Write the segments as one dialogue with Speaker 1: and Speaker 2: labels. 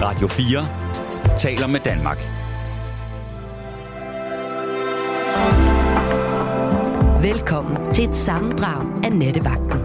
Speaker 1: Radio 4 taler med Danmark.
Speaker 2: Velkommen til et sammendrag af Nettevagten.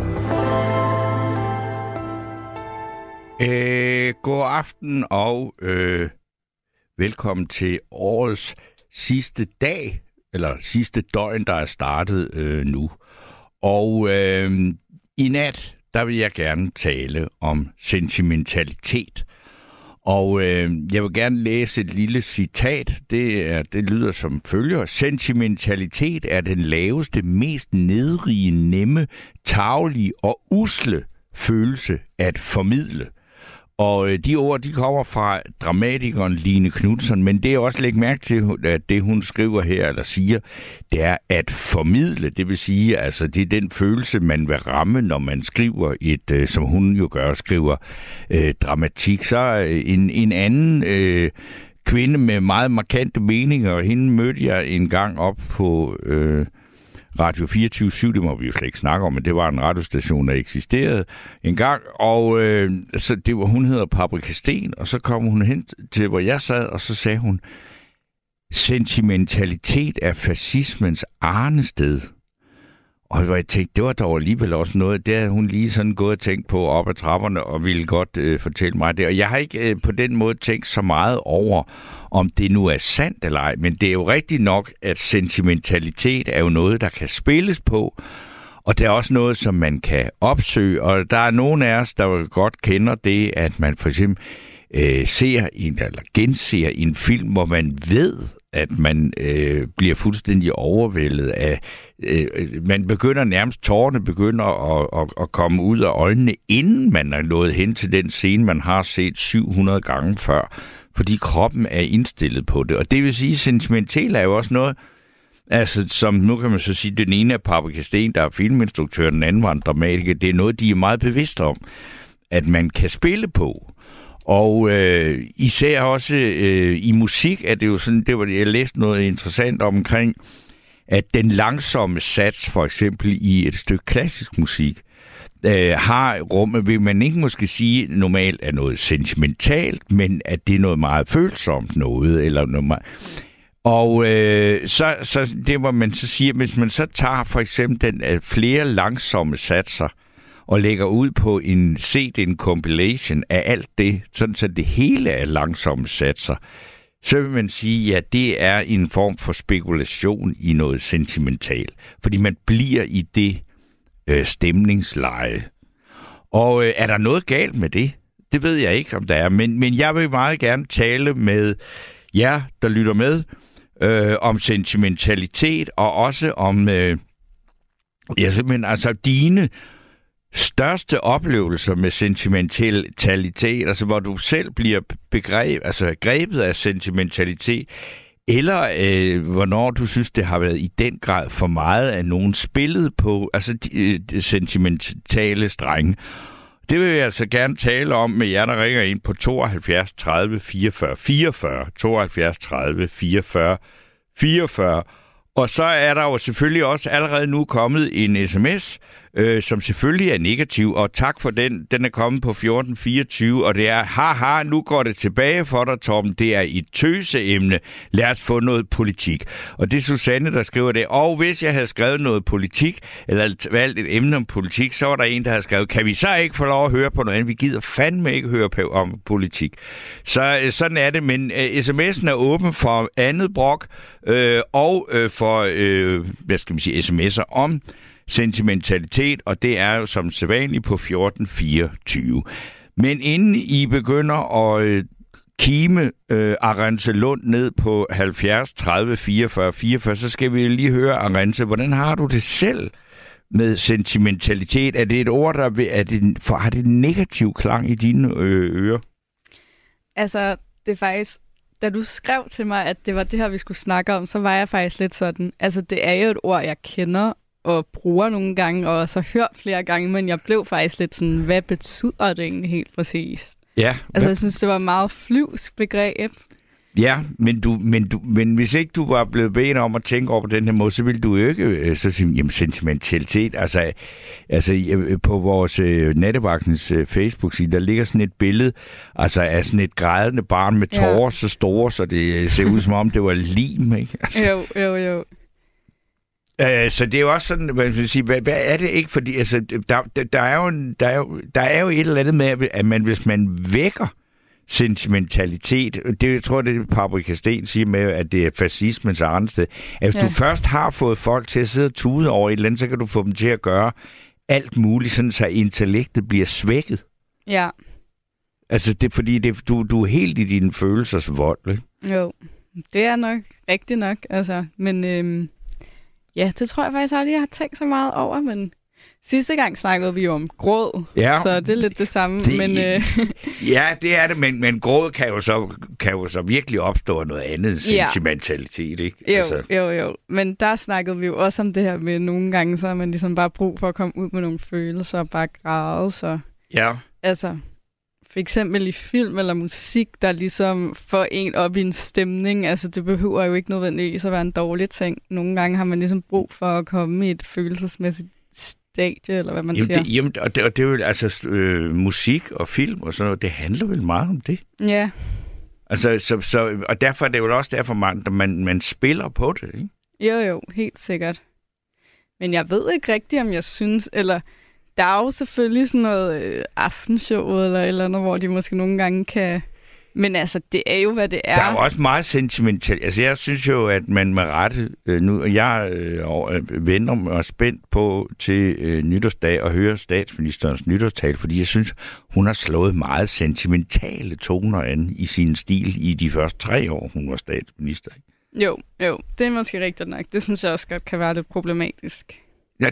Speaker 3: God aften og velkommen til årets sidste dag, eller sidste døgn, der er startet nu. Og i nat, der vil jeg gerne tale om sentimentalitet. Og jeg vil gerne læse et lille citat. Det lyder som følger. Sentimentalitet er den laveste, mest nedrige, nemme, tarvelige og usle følelse at formidle. Og de ord, de kommer fra dramatikeren Line Knutzon, men det er også lægge mærke til, at det hun skriver her, eller siger, det er at formidle. Det vil sige, altså det er den følelse, man vil ramme, når man skriver et, som hun jo gør, skriver dramatik. Så en anden kvinde med meget markante meninger, og hende mødte jeg en gang op på Radio 24/7, det må vi jo slet ikke snakke om, men det var en radiostation, der eksisterede en gang, og så det var, hun hedder Paprika Sten, og så kom hun hen til, hvor jeg sad, og så sagde hun, sentimentalitet er fascismens arnested. Og jeg tænkte, det var dog alligevel også noget, det havde hun lige sådan gået og tænkt på op ad trapperne, og ville godt fortælle mig det. Og jeg har ikke på den måde tænkt så meget over, om det nu er sandt eller ej, men det er jo rigtigt nok, at sentimentalitet er jo noget, der kan spilles på, og det er også noget, som man kan opsøge, og der er nogen af os, der godt kender det, at man for eksempel ser eller genser en film, hvor man ved, at man bliver fuldstændig overvældet af man begynder nærmest, tårerne begynder at komme ud af øjnene, inden man er nået hen til den scene, man har set 700 gange før, fordi kroppen er indstillet på det. Og det vil sige, sentimental er jo også noget, altså som nu kan man så sige, den ene er Paprika Sten, der er filminstruktør, den anden var en dramatiker. Det er noget, de er meget bevidste om, at man kan spille på. Og især også i musik er det jo sådan, jeg læste noget interessant omkring, at den langsomme sats, for eksempel i et stykke klassisk musik, har rummet, vil man ikke måske sige, normalt er noget sentimentalt, men at det er noget meget følsomt noget, eller noget meget. Og så det, hvor man så siger, hvis man så tager for eksempel den flere langsomme satser, og lægger ud på en compilation af alt det, sådan så det hele er langsomme satser, så vil man sige, at det er en form for spekulation i noget sentimentalt. Fordi man bliver i det stemningsleje. Og er der noget galt med det? Det ved jeg ikke, om der er. Men jeg vil meget gerne tale med jer, der lytter med, om sentimentalitet, og også om simpelthen altså dine største oplevelser med sentimentalitet, altså hvor du selv bliver grebet af sentimentalitet, eller hvornår du synes, det har været i den grad for meget af nogen spillet på, altså de sentimentale strenge. Det vil jeg altså gerne tale om med jer, der ringer ind på 72 30 44 44, 72 30 44 44. Og så er der jo selvfølgelig også allerede nu kommet en sms, som selvfølgelig er negativ, og tak for den. Den er kommet på 1424, og det er, haha, nu går det tilbage for dig, Torben. Det er et tøseemne. Lad os få noget politik. Og det er Susanne, der skriver det. Og hvis jeg havde skrevet noget politik, eller valgt et emne om politik, så var der en, der havde skrevet, kan vi så ikke få lov at høre på noget andet? Vi gider fandme ikke høre på om politik. Så sådan er det, men sms'en er åben for andet brok, og for, sms'er om sentimentalitet, og det er jo som sædvanligt på 1424. Men inden I begynder at kime Arantxe Lund ned på 70 30 44 44, så skal vi lige høre, Arantxe, hvordan har du det selv med sentimentalitet? Er det et ord, der har det en negativ klang i dine ører?
Speaker 4: Altså, det er faktisk, da du skrev til mig, at det var det her, vi skulle snakke om, så var jeg faktisk lidt sådan, altså det er jo et ord, jeg kender og bruger nogle gange, og så hørt flere gange, men jeg blev faktisk lidt sådan, hvad betyder det egentlig helt præcist?
Speaker 3: Ja.
Speaker 4: Altså, jeg synes, det var et meget flyvsk begreb.
Speaker 3: Ja, men hvis ikke du var blevet bedt om at tænke over på den her måde, så ville du jo ikke så sige, jamen sentimentalitet. Altså på vores nattevagtens Facebook-side, der ligger sådan et billede altså af sådan et grædende barn med tårer så store, så det ser ud som om det var lim, ikke? Altså.
Speaker 4: Jo.
Speaker 3: Så det er jo også sådan, hvad skal jeg sige, hvad er det ikke? Fordi altså, der er jo et eller andet med, at man, hvis man vækker sentimentalitet, det jeg tror, det er Paprika Sten siger med, at det er fascismens arnested. At hvis du først har fået folk til at sidde og tude over et eller andet, så kan du få dem til at gøre alt muligt, sådan så intellektet bliver svækket. Ja. Altså, det er fordi, du er helt i dine følelsers vold, ikke?
Speaker 4: Jo, det er nok rigtigt nok, altså. Men ja, det tror jeg faktisk aldrig, jeg har tænkt så meget over, men sidste gang snakkede vi jo om gråd, så det er lidt det samme.
Speaker 3: Ja, det er det, men gråd kan jo så virkelig opstå noget andet sentimentalitet, ikke?
Speaker 4: Jo. Men der snakkede vi jo også om det her med, nogle gange så har man ligesom bare brug for at komme ud med nogle følelser og bare græde, så... Ja. Altså, for eksempel i film eller musik, der ligesom får en op i en stemning, altså det behøver jo ikke nødvendigvis at være en dårlig ting. Nogle gange har man ligesom brug for at komme i et følelsesmæssigt stadie, eller hvad man siger.
Speaker 3: Og det er jo altså musik og film og sådan noget, det handler vel meget om det.
Speaker 4: Ja.
Speaker 3: Altså, og derfor er det jo også derfor, man spiller på det, ikke?
Speaker 4: Jo, helt sikkert. Men jeg ved ikke rigtigt, om jeg synes, eller der er jo selvfølgelig sådan noget aftenshow eller andet, hvor de måske nogle gange kan... Men altså, det er jo, hvad det er.
Speaker 3: Der er jo også meget sentimentalt. Altså, jeg synes jo, at man med rette... Jeg venter mig spændt på til nytårsdag og høre statsministerens nytårstale, fordi jeg synes, hun har slået meget sentimentale toner an i sin stil i de første 3 år, hun var statsminister.
Speaker 4: Jo, det er måske rigtigt nok. Det synes jeg også godt kan være lidt problematisk.
Speaker 3: Ja,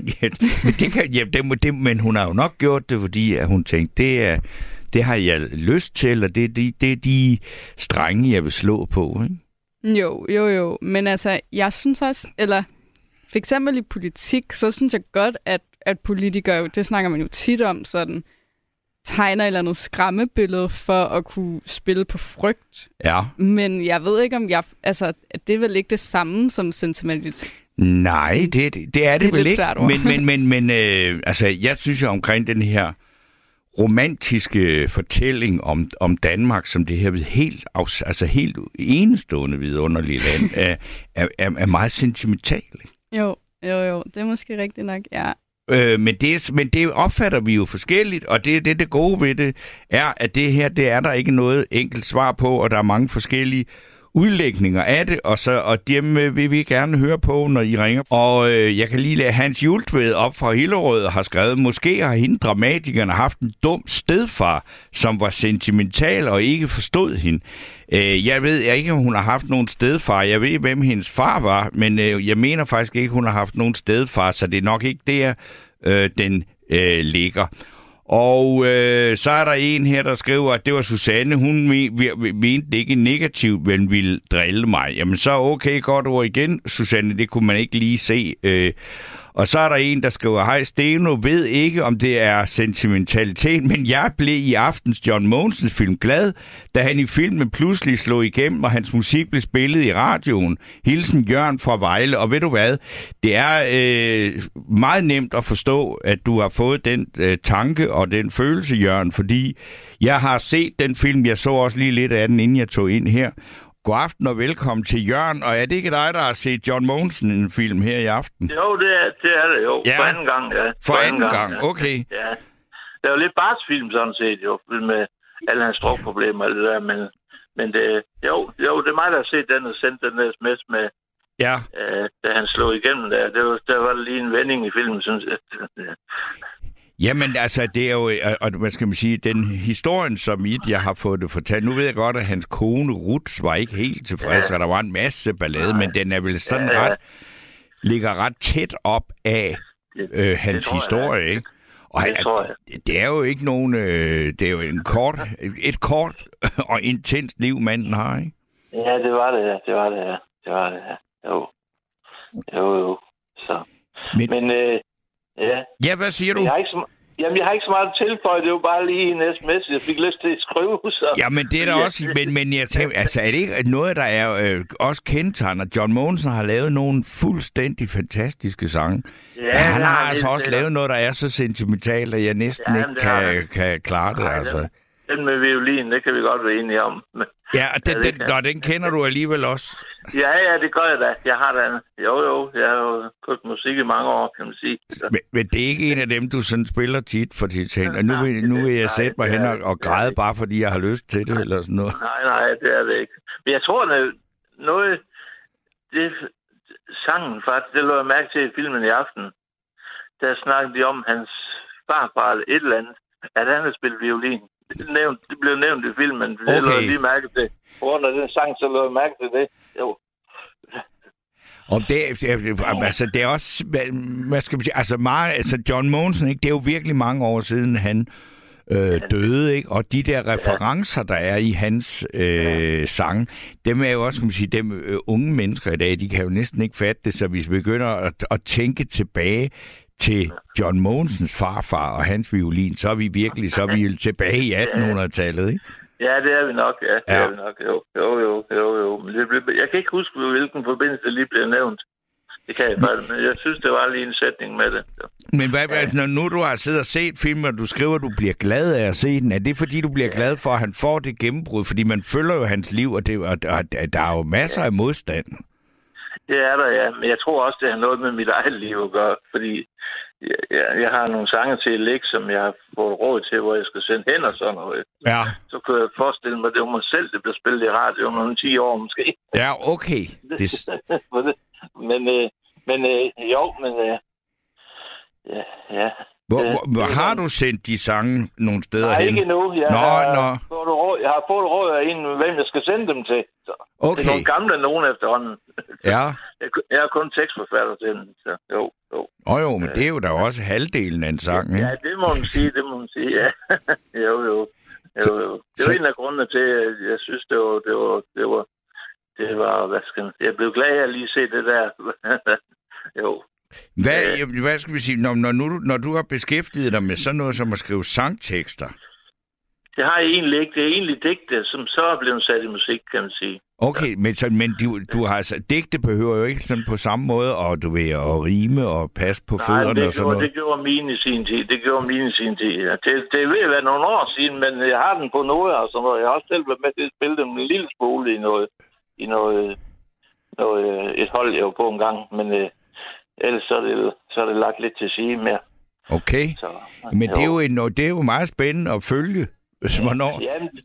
Speaker 3: men hun har jo nok gjort det, fordi at hun tænkte, det har jeg lyst til, og det er de strenge, jeg vil slå på, ikke?
Speaker 4: Jo. Men altså, jeg synes også, eller for eksempel i politik, så synes jeg godt, at politikere, det snakker man jo tit om, sådan tegner et eller andet skræmmebillede for at kunne spille på frygt. Ja. Men jeg ved ikke, om det er vel ikke det samme som sentimentalitet.
Speaker 3: Nej, det er det vel ikke. Men altså, jeg synes jo omkring den her romantiske fortælling om Danmark, som det her helt enestående vidunderlige land, er meget sentimental.
Speaker 4: Jo, det er måske rigtigt nok, ja.
Speaker 3: Men det opfatter vi jo forskelligt, og det gode ved det er, at det her, det er der ikke noget enkelt svar på, og der er mange forskellige udlægninger af det, og dem vil vi gerne høre på, når I ringer. Og jeg kan lige lade Hans Jultved op fra Hillerød har skrevet, måske har hende dramatikerne haft en dum stedfar, som var sentimental og ikke forstod hende. Jeg ved ikke, om hun har haft nogen stedfar. Jeg ved, hvem hendes far var, men jeg mener faktisk ikke, hun har haft nogen stedfar, så det er nok ikke der, den ligger. Og så er der en her, der skriver, at det var Susanne. Hun mente det ikke negativt, men ville drille mig. Jamen så okay, godt ord igen, Susanne. Det kunne man ikke lige se. Og så er der en, der skriver, hej Steno, ved ikke, om det er sentimentalitet, men jeg blev i aftens John Mogensens film glad, da han i filmen pludselig slog igennem, og hans musik blev spillet i radioen. Hilsen Jørgen fra Vejle. Og ved du hvad? Det er meget nemt at forstå, at du har fået den tanke og den følelse, Jørgen, fordi jeg har set den film. Jeg så også lige lidt af den, inden jeg tog ind her. God aften og velkommen til Jørgen. Og er det ikke dig, der har set John Mogensen en film her i aften?
Speaker 5: Jo, det er det jo. Ja. For anden gang, ja.
Speaker 3: For anden gang, ja. Okay.
Speaker 5: Ja. Det er jo lidt barsfilm sådan set, jo. Med alle hans drukproblemer og det der. Men det, det er mig, der har set den og sendt den der sms med, da han slog igennem der. Der var lige en vending i filmen, synes jeg.
Speaker 3: Jamen, altså, det er jo, og hvad skal man sige, den historien, som jeg har fået det fortalt. Nu ved jeg godt, at hans kone, Ruth, var ikke helt tilfreds, og der var en masse ballade, men den er vel sådan ligger ret tæt op af hans historie, ikke? Og det er jo ikke nogen, det er jo et kort og intens liv, manden har, ikke?
Speaker 5: Ja, det var det. Jo. Så. Men ja.
Speaker 3: Ja, hvad siger du?
Speaker 5: Jamen, jeg har ikke så meget at tilføje. Det er jo bare lige en sms, jeg fik lyst til at skrive. Så.
Speaker 3: Ja, men det er der også... Men jeg tænker, altså, er det ikke noget, der er også kendetegner? John Mogensen har lavet nogle fuldstændig fantastiske sange. Ja, han har altså også lavet noget, der er så sentimentalt, at jeg næsten ikke kan klare det, altså.
Speaker 5: Den med violin, det kan vi godt være enige om.
Speaker 3: Ja, den kender du alligevel også.
Speaker 5: Ja, det gør jeg da. Jeg har da. Jo, jeg har jo købt musik i mange år, kan man sige.
Speaker 3: Men det er ikke en af dem, du sådan spiller tit for dit ting. Og nu vil jeg sætte mig hen og græde, bare fordi jeg har lyst til det, eller sådan noget.
Speaker 5: Nej, det er det ikke. Men jeg tror, at noget... sangen faktisk, det lå jeg mærke til i filmen i aften. Der snakkede de om hans farfar eller et eller andet, at han havde spillet violin. Det blev nævnt i filmen, det lå jeg lige mærke til. På grund af den sang, så lå jeg mærke til det. Jo.
Speaker 3: Og det er også, hvad skal man sige, altså John Mogensen, ikke, det er jo virkelig mange år siden, han døde, ikke? Og de der referencer, der er i hans sange, dem er jo også, kan man sige, dem unge mennesker i dag, de kan jo næsten ikke fatte det, så hvis vi begynder at tænke tilbage til John Mogensens farfar og hans violin, så er vi tilbage i 1800-tallet, ikke?
Speaker 5: Ja, det er vi nok, ja. Det er vi nok, jo. Men jeg kan ikke huske, hvilken forbindelse det lige blev nævnt. Det kan jeg faktisk, men jeg synes, det var lige en sætning med det. Så. Men
Speaker 3: når nu du har siddet og set filmen, og du skriver, at du bliver glad af at se den, er det fordi, du bliver glad for, at han får det gennembrud? Fordi man følger jo hans liv, og der er jo masser af modstand.
Speaker 5: Det er der, ja. Men jeg tror også, det har noget med mit eget liv at gøre, fordi jeg har nogle sange til at lægge, som jeg har fået råd til, hvor jeg skal sende hen og sådan noget. Ja. Så kunne jeg forestille mig, at det var mig selv, det blev spillet i radio om nogle 10 år måske.
Speaker 3: Ja, okay.
Speaker 5: Ja.
Speaker 3: Hvor har du sendt de sange nogle steder hen?
Speaker 5: Nej, ikke endnu. Jeg har fået råd af en, hvem jeg skal sende dem til. Så. Okay. Det er nogle gamle nogen efterhånden.
Speaker 3: Ja.
Speaker 5: Jeg er kun tekstforfatter til dem, så jo.
Speaker 3: Jo, men det er jo da også halvdelen af en sang, ikke?
Speaker 5: Ja, det må man sige, ja. Jo. Det var en af grundene til, at jeg synes, det var, hvad skal man sige, jeg blev glad af at lige se det der. Jo.
Speaker 3: Hvad skal vi sige, når du har beskæftiget dig med sådan noget som at skrive sangtekster?
Speaker 5: Det har jeg egentlig ikke. Det er egentlig digte, som så er blevet sat i musik, kan man sige.
Speaker 3: Okay, men du har altså, digte behøver jo ikke sådan på samme måde, og du ved, at rime og passe på fødderne og sådan noget.
Speaker 5: Det gjorde mine i sin tid. Ja. Det er ved at være nogle år siden, men jeg har den på noget og sådan noget. Jeg har også selv været med til at spille dem en lille smule i noget et hold, jeg var på en gang, men ellers så er det lagt lidt til side mere.
Speaker 3: Okay, men det er jo meget spændende at følge. Hvornår?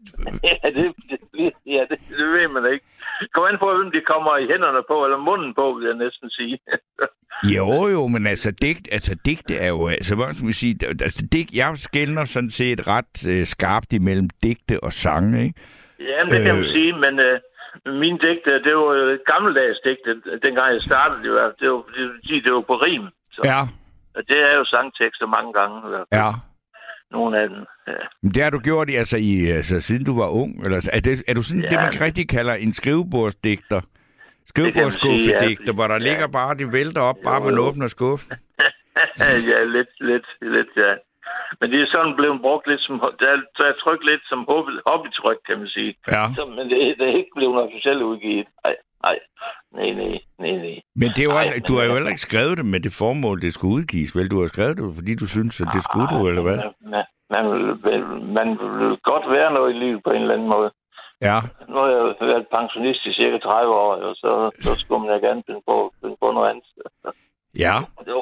Speaker 5: Det ved man ikke. Kom an på, hvem de kommer i hænderne på, eller munden på, vil jeg næsten sige.
Speaker 3: Jo, men digte er jo, hvad skal vi sige, jeg skelner sådan set ret skarpt imellem digte og sange, ikke?
Speaker 5: Jamen, det kan man sige, men mine digte, det var gammeldags digte, dengang jeg startede, det var på rim. Så. Ja. Og det er jo sangtekster mange gange.
Speaker 3: Ja.
Speaker 5: Nogle af dem, ja.
Speaker 3: Men det har du gjort siden du var ung? Eller, er du sådan det, man rigtig kalder en skrivebordsdigter? Skrivebordskuffedigter, hvor der ligger bare, de vælter op, bare man åbner skuffen?
Speaker 5: Ja, lidt, ja. Men det er sådan blevet brugt lidt som, der er tryk lidt som hobbytryk, kan man sige. Ja. Men det er ikke blevet officielt udgivet. Nej.
Speaker 3: Men det er jo også, du har jo heller ikke skrevet det med det formål, det skulle udgives, vel? Du har skrevet det, fordi du synes, at det skulle du, eller hvad?
Speaker 5: Man vil godt være noget i livet på en eller anden måde.
Speaker 3: Ja.
Speaker 5: Nu har jeg været pensionist i cirka 30 år, og så skulle man gerne finde på noget andet.
Speaker 3: Ja.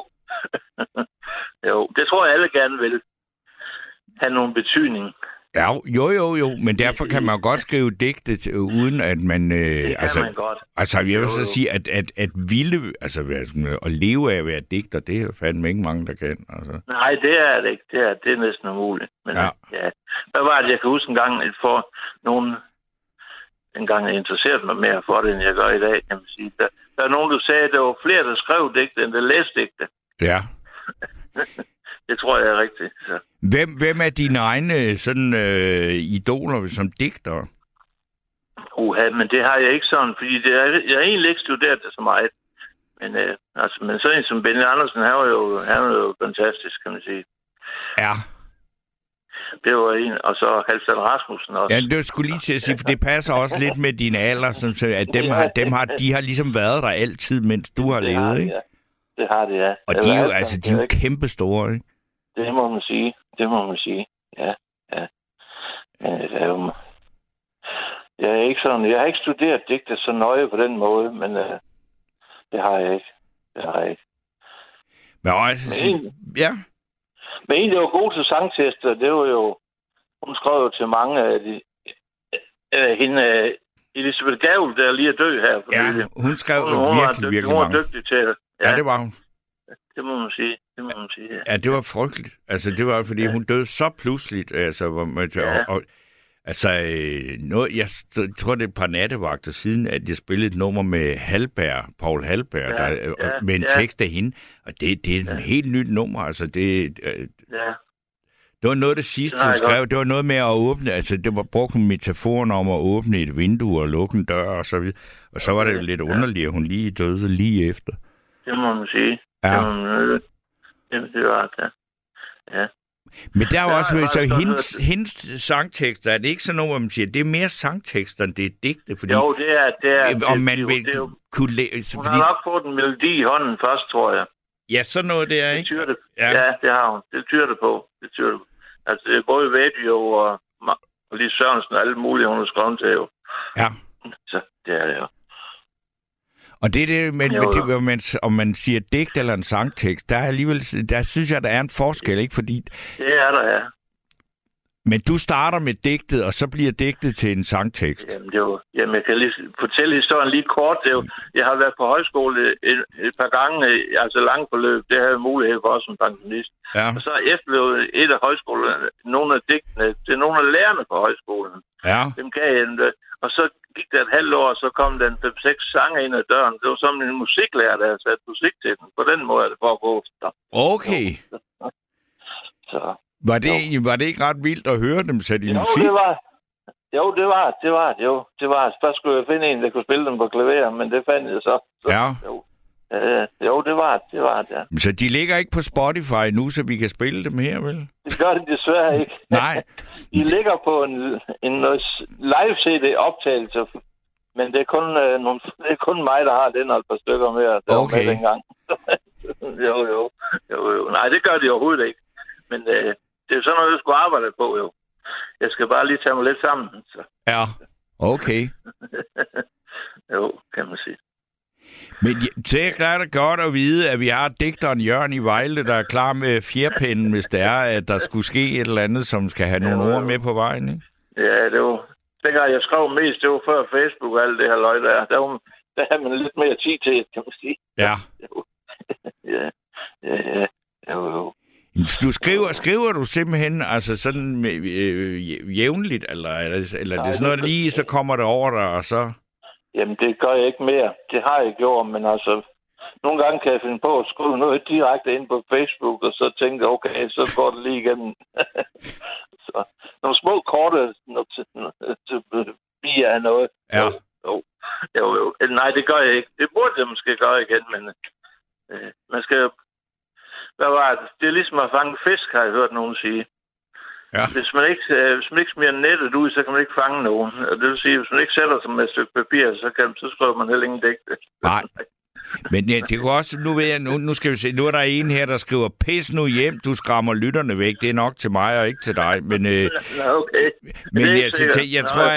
Speaker 5: Jo, det tror jeg alle gerne vil have nogen betydning.
Speaker 3: Ja, jo, men derfor kan man godt skrive digte, uden at man...
Speaker 5: det kan man godt.
Speaker 3: Altså, jeg vil så sige, at ville... Altså, at leve af at være digter, det er fandme ikke mange, der kan. Altså.
Speaker 5: Nej, det er det ikke. Det er næsten umuligt. Men ja. Hvad var det, jeg kan huske en gang, for nogen... En gang jeg interesserede mig mere for det, end jeg gør i dag, kan man sige. Der er nogen, der sagde, at der var flere, der skrev digte, end der læste digte.
Speaker 3: Ja.
Speaker 5: Det tror jeg er rigtigt. Så.
Speaker 3: Hvem er dine egne sådan, idoler som digter?
Speaker 5: Men det har jeg ikke sådan, fordi jeg har egentlig ikke studeret det så meget. Men sådan en som Benny Andersen, han er jo fantastisk, kan man sige.
Speaker 3: Ja.
Speaker 5: Det var en, og så Halvdan Rasmussen også.
Speaker 3: Ja, det skulle lige til at sige, for det passer også lidt med din alder, som, at de har ligesom været der altid, mens du har levet, ikke?
Speaker 5: Ja. Det har det, ja.
Speaker 3: Og de er jo, altså, de er jo kæmpe store, ikke?
Speaker 5: Det må man sige. Ja. Jeg har ikke studeret digte så nøje på den måde, men det har jeg ikke.
Speaker 3: Men ja.
Speaker 5: Men en, der var god til sangtester, det var jo... Hun skrev jo til mange af de... hende... Elisabeth Gavl, der lige er død her.
Speaker 3: Ja, hun skrev virkelig
Speaker 5: mange. Hun var
Speaker 3: dygtig
Speaker 5: til det.
Speaker 3: Ja, det var hun.
Speaker 5: Det må man sige. Ja.
Speaker 3: Ja, det var frygteligt. Altså, det var, fordi hun døde så pludseligt. Altså, jeg tror, det er et par nattevagter siden, at jeg spillede et nummer med Paul Halberg, med en tekst af hende. Og det er et helt nyt nummer. Altså, det var noget af det sidste, hun skrev. Det var noget med at åbne. Altså, det var brugt en metaforen om at åbne et vindue og lukke en dør og så videre. Og så var det jo lidt underligt, at hun lige døde lige efter.
Speaker 5: Det må man sige.
Speaker 3: Ja.
Speaker 5: Det var det. Ja.
Speaker 3: Men der er jo også, så hendes sangtekster, er det ikke sådan noget, hvor man siger, det er mere sangtekster, end det er digte? Fordi,
Speaker 5: jo, det er.
Speaker 3: Om man vil kunne læse...
Speaker 5: Hun har nok fået en melodi i hånden først, tror jeg.
Speaker 3: Ja, sådan noget der, ikke?
Speaker 5: Det ja, det har hun. Det tyder det på. Altså, både Vædio og Lis Sørensen og alle mulige, hun har skrevet til jo.
Speaker 3: Ja.
Speaker 5: Så det er det jo.
Speaker 3: Og det er det, men om man siger digt eller en sangtekst, der synes jeg, der er en forskel, ikke? Fordi...
Speaker 5: Det er der, ja.
Speaker 3: Men du starter med digtet, og så bliver digtet til en sangtekst.
Speaker 5: Jamen, jeg kan lige fortælle historien lige kort. Jeg har været på højskole et par gange, altså langt forløb. Det har jeg mulighed for også som pensionist. Ja. Og så efterlevet et af højskolerne, nogle af digtene, det er nogle af lærerne på højskolen. Ja. Dem gav jeg og så gik der et halvt år, og så kom den 5-6 sange ind ad døren. Det var som en musiklærer, der havde sat musik til den. På den måde er det foregået.
Speaker 3: Okay. Så... Var det ikke ret vildt at høre dem sætte i musik?
Speaker 5: Det var. Først skulle jeg finde en, der kunne spille dem på klaver, men det fandt jeg så.
Speaker 3: Ja.
Speaker 5: Det var det, ja.
Speaker 3: Så de ligger ikke på Spotify nu, så vi kan spille dem her, vel?
Speaker 5: Det gør de desværre ikke.
Speaker 3: Nej.
Speaker 5: De ligger på en live-CD-optagelse, men det er kun mig, der har den og et par stykker mere.
Speaker 3: Okay.
Speaker 5: Med dengang. Jo. Nej, det gør de overhovedet ikke. Men det er jo sådan noget, jeg skulle arbejde på, jo. Jeg skal bare lige tage mig lidt sammen. Så.
Speaker 3: Ja, okay.
Speaker 5: Jo, kan man sige.
Speaker 3: Men det er det godt at vide, at vi har digteren Jørgen i Vejle, der er klar med fjerpinden, hvis det er, at der skulle ske et eller andet, som skal have nogle ord med på vejen, ikke? Ja,
Speaker 5: det var... Dengang jeg skrev mest, det var før Facebook og alt det her løg der. Der havde man lidt mere tid til, kan man sige.
Speaker 3: Ja.
Speaker 5: Jo.
Speaker 3: Du skriver du simpelthen altså sådan jævnligt, eller er det sådan noget lige, så kommer det over dig, og så...
Speaker 5: Jamen, det gør jeg ikke mere. Det har jeg gjort, men altså... Nogle gange kan jeg finde på at skrive noget direkte ind på Facebook, og så tænke, okay, så går det lige igennem. Så, nogle små korte til bier af noget.
Speaker 3: Ja.
Speaker 5: Jo. Nej, det gør jeg ikke. Det burde jeg måske gøre igen, men man skal... Hvad var det? Det er ligesom at fange fisk, har jeg hørt nogen sige.
Speaker 3: Ja.
Speaker 5: Hvis man ikke smider nettet ud, så kan man ikke fange nogen. Og det vil sige, hvis man ikke sætter sig med et stykke papir, så skriver man heller ingen digte.
Speaker 3: Nej. Men ja, det kunne også, nu skal vi se, nu er der en her, der skriver, pis nu hjem, du skræmmer lytterne væk. Det er nok til mig og ikke til dig. Men,
Speaker 5: okay.
Speaker 3: Men jeg tror,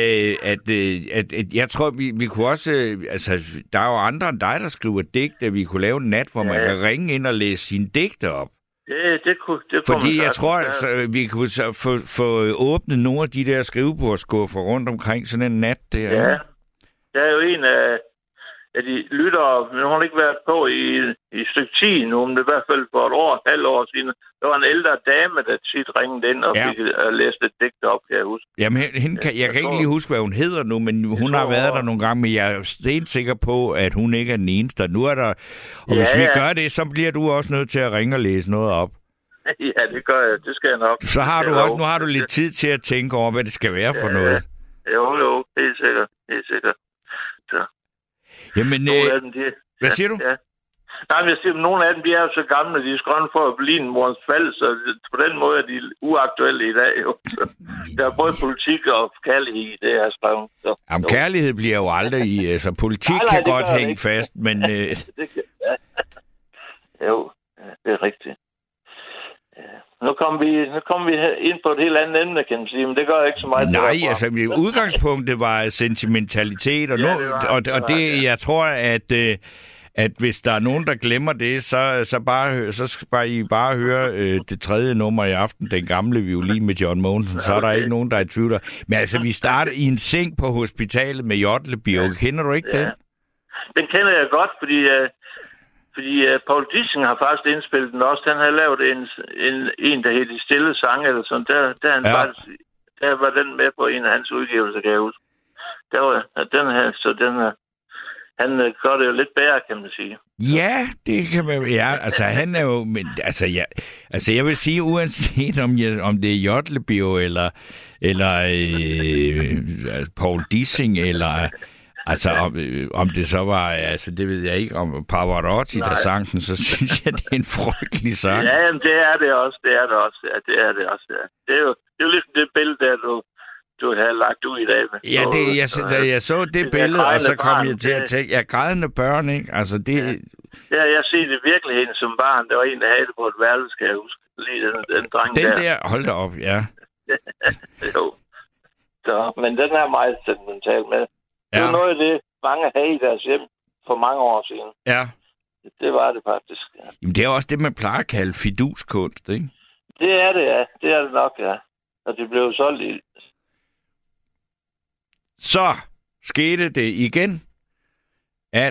Speaker 3: jeg tror, vi kunne også, altså, der er jo andre end dig, der skriver digte. Vi kunne lave en nat, hvor man kan ringe ind og læse sine digte op.
Speaker 5: Det kunne
Speaker 3: fordi jeg tror, altså, vi kunne få åbnet nogle af de der skrivebordskuffer rundt omkring sådan en nat der.
Speaker 5: Ja, der er jo en af de lyttere, men hun har ikke været på i et stykke tid nu, men det er i hvert fald for et halvt år siden. Der var en ældre dame, der tit ringede ind og fik læst et digt op, kan jeg huske.
Speaker 3: Jamen, jeg kan ikke lige huske, hvad hun hedder nu, men hun har været der nogle gange, men jeg er stensikker på, at hun ikke er den eneste. Nu er der, og hvis vi gør det, så bliver du også nødt til at ringe og læse noget op.
Speaker 5: Ja, det gør jeg. Det skal jeg nok.
Speaker 3: Så har du også, nu har du lidt tid til at tænke over, hvad det skal være for noget.
Speaker 5: Jo, helt sikkert. Så.
Speaker 3: Jamen, hvad siger du?
Speaker 5: Ja. Nej, men jeg siger, nogle af dem, de er jo så gamle, de er skrevet for Berlinmurens fald, så på den måde er de uaktuelle i dag. Jo. Der er både politik og kærlighed i det, jeg har skrevet.
Speaker 3: Jamen, kærlighed bliver jo aldrig i... Altså, politik kan godt hænge fast, men...
Speaker 5: Det kan, ja. Jo, det er rigtigt. Nu kommer vi ind på et helt andet emne, kan man sige, men det gør ikke så meget.
Speaker 3: Nej, altså udgangspunktet var sentimentalitet, og, og det, jeg tror, at hvis der er nogen, der glemmer det, så skal I bare høre det tredje nummer i aften, Den gamle violin med John Mogensen, så er der ikke nogen, der er i tvivl. Men altså, vi starter i en seng på hospitalet med Jotlebio. Ja. Kender du ikke den?
Speaker 5: Den kender jeg godt, fordi Paul Dissing har faktisk indspillet den også. Han har lavet en der hedder De Stille Sange, eller sådan. Der var den med på en af hans udgivelser, kan jeg huske. Der var den her, så den her. Han gør det jo lidt bedre, kan man sige.
Speaker 3: Ja, det kan man. Ja, altså han er jo, men altså jeg vil sige, uanset om det er Jotlebio eller Paul Dissing eller altså om det så var, altså det ved jeg ikke, om Pavarotti der sang den, så synes jeg, det er en frygtelig sang.
Speaker 5: Ja, men det er det også. Ja, det er jo ligesom det billede der, du har lagt ud i dag.
Speaker 3: Ja, da jeg så det billede, og så kom jeg til at tænke, grædende børn, ikke? Altså det...
Speaker 5: Ja, jeg ser det i virkeligheden som barn. Der var en, der havde det på et værelse, skal jeg huske. Lige den dreng
Speaker 3: den der, hold da op, ja.
Speaker 5: Jo. Så, men den er meget sentimental med. Det var noget af det, mange havde i deres hjem for mange år siden.
Speaker 3: Ja.
Speaker 5: Det var det faktisk, ja.
Speaker 3: Jamen, det er også det, man plejer at kalde fiduskunst, ikke?
Speaker 5: Det er det, ja. Det er det nok, ja. Og det blev solgt i...
Speaker 3: Så skete det igen, at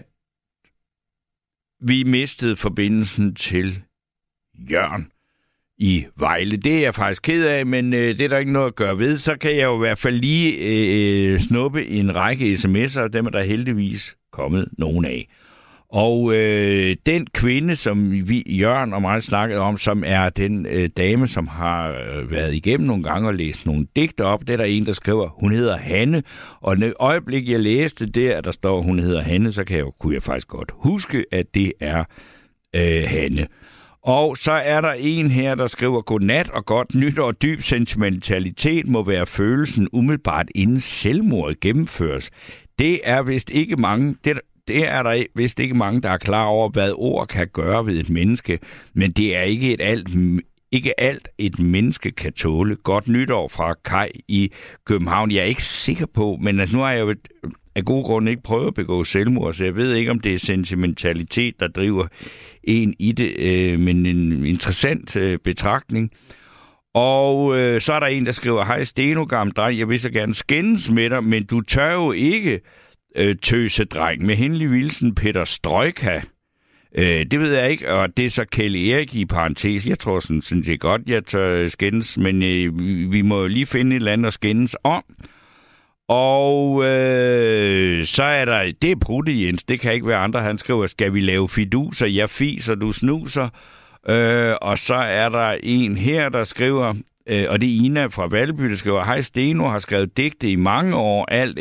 Speaker 3: vi mistede forbindelsen til Jørgen i Vejle. Det er jeg faktisk ked af, men det er der ikke noget at gøre ved. Så kan jeg jo i hvert fald lige snuppe en række sms'er, og dem er der heldigvis kommet nogen af. Og den kvinde, som Jørgen og mig snakkede om, som er den dame, som har været igennem nogle gange og læst nogle digter op, det er der en, der skriver, hun hedder Hanne. Og det øjeblik, jeg læste det, at der står, hun hedder Hanne, så kunne jeg faktisk godt huske, at det er Hanne. Og så er der en her, der skriver, godnat og godt nytår. Dyb sentimentalitet må være følelsen umiddelbart inden selvmordet gennemføres. Det er vist ikke mange... Det er der vist ikke mange, der er klar over, hvad ord kan gøre ved et menneske, men det er ikke alt et menneske kan tåle. Godt nytår fra Kai i København. Jeg er ikke sikker på, men altså, nu har jeg jo af gode grunde ikke prøvet at begå selvmord, så jeg ved ikke, om det er sentimentalitet, der driver en i det, men en interessant betragtning. Og så er der en, der skriver, hej Steno, gammel dreng, jeg vil så gerne skændes med dig, men du tør jo ikke tøsedreng. Med henlig vilsen Peter Strøjka. Det ved jeg ikke, og det er så Kelly Erik i parentes. Jeg tror sådan set godt, jeg tør skændes, men vi må lige finde et eller andet at skændes om. Og så er der, det er Prutte Jens, det kan ikke være andre, han skriver, skal vi lave fiduser, jeg fiser, du snuser. Og så er der en her, der skriver, og det er Ina fra Valby, der skriver, hej Steno, har skrevet digte i mange år, alt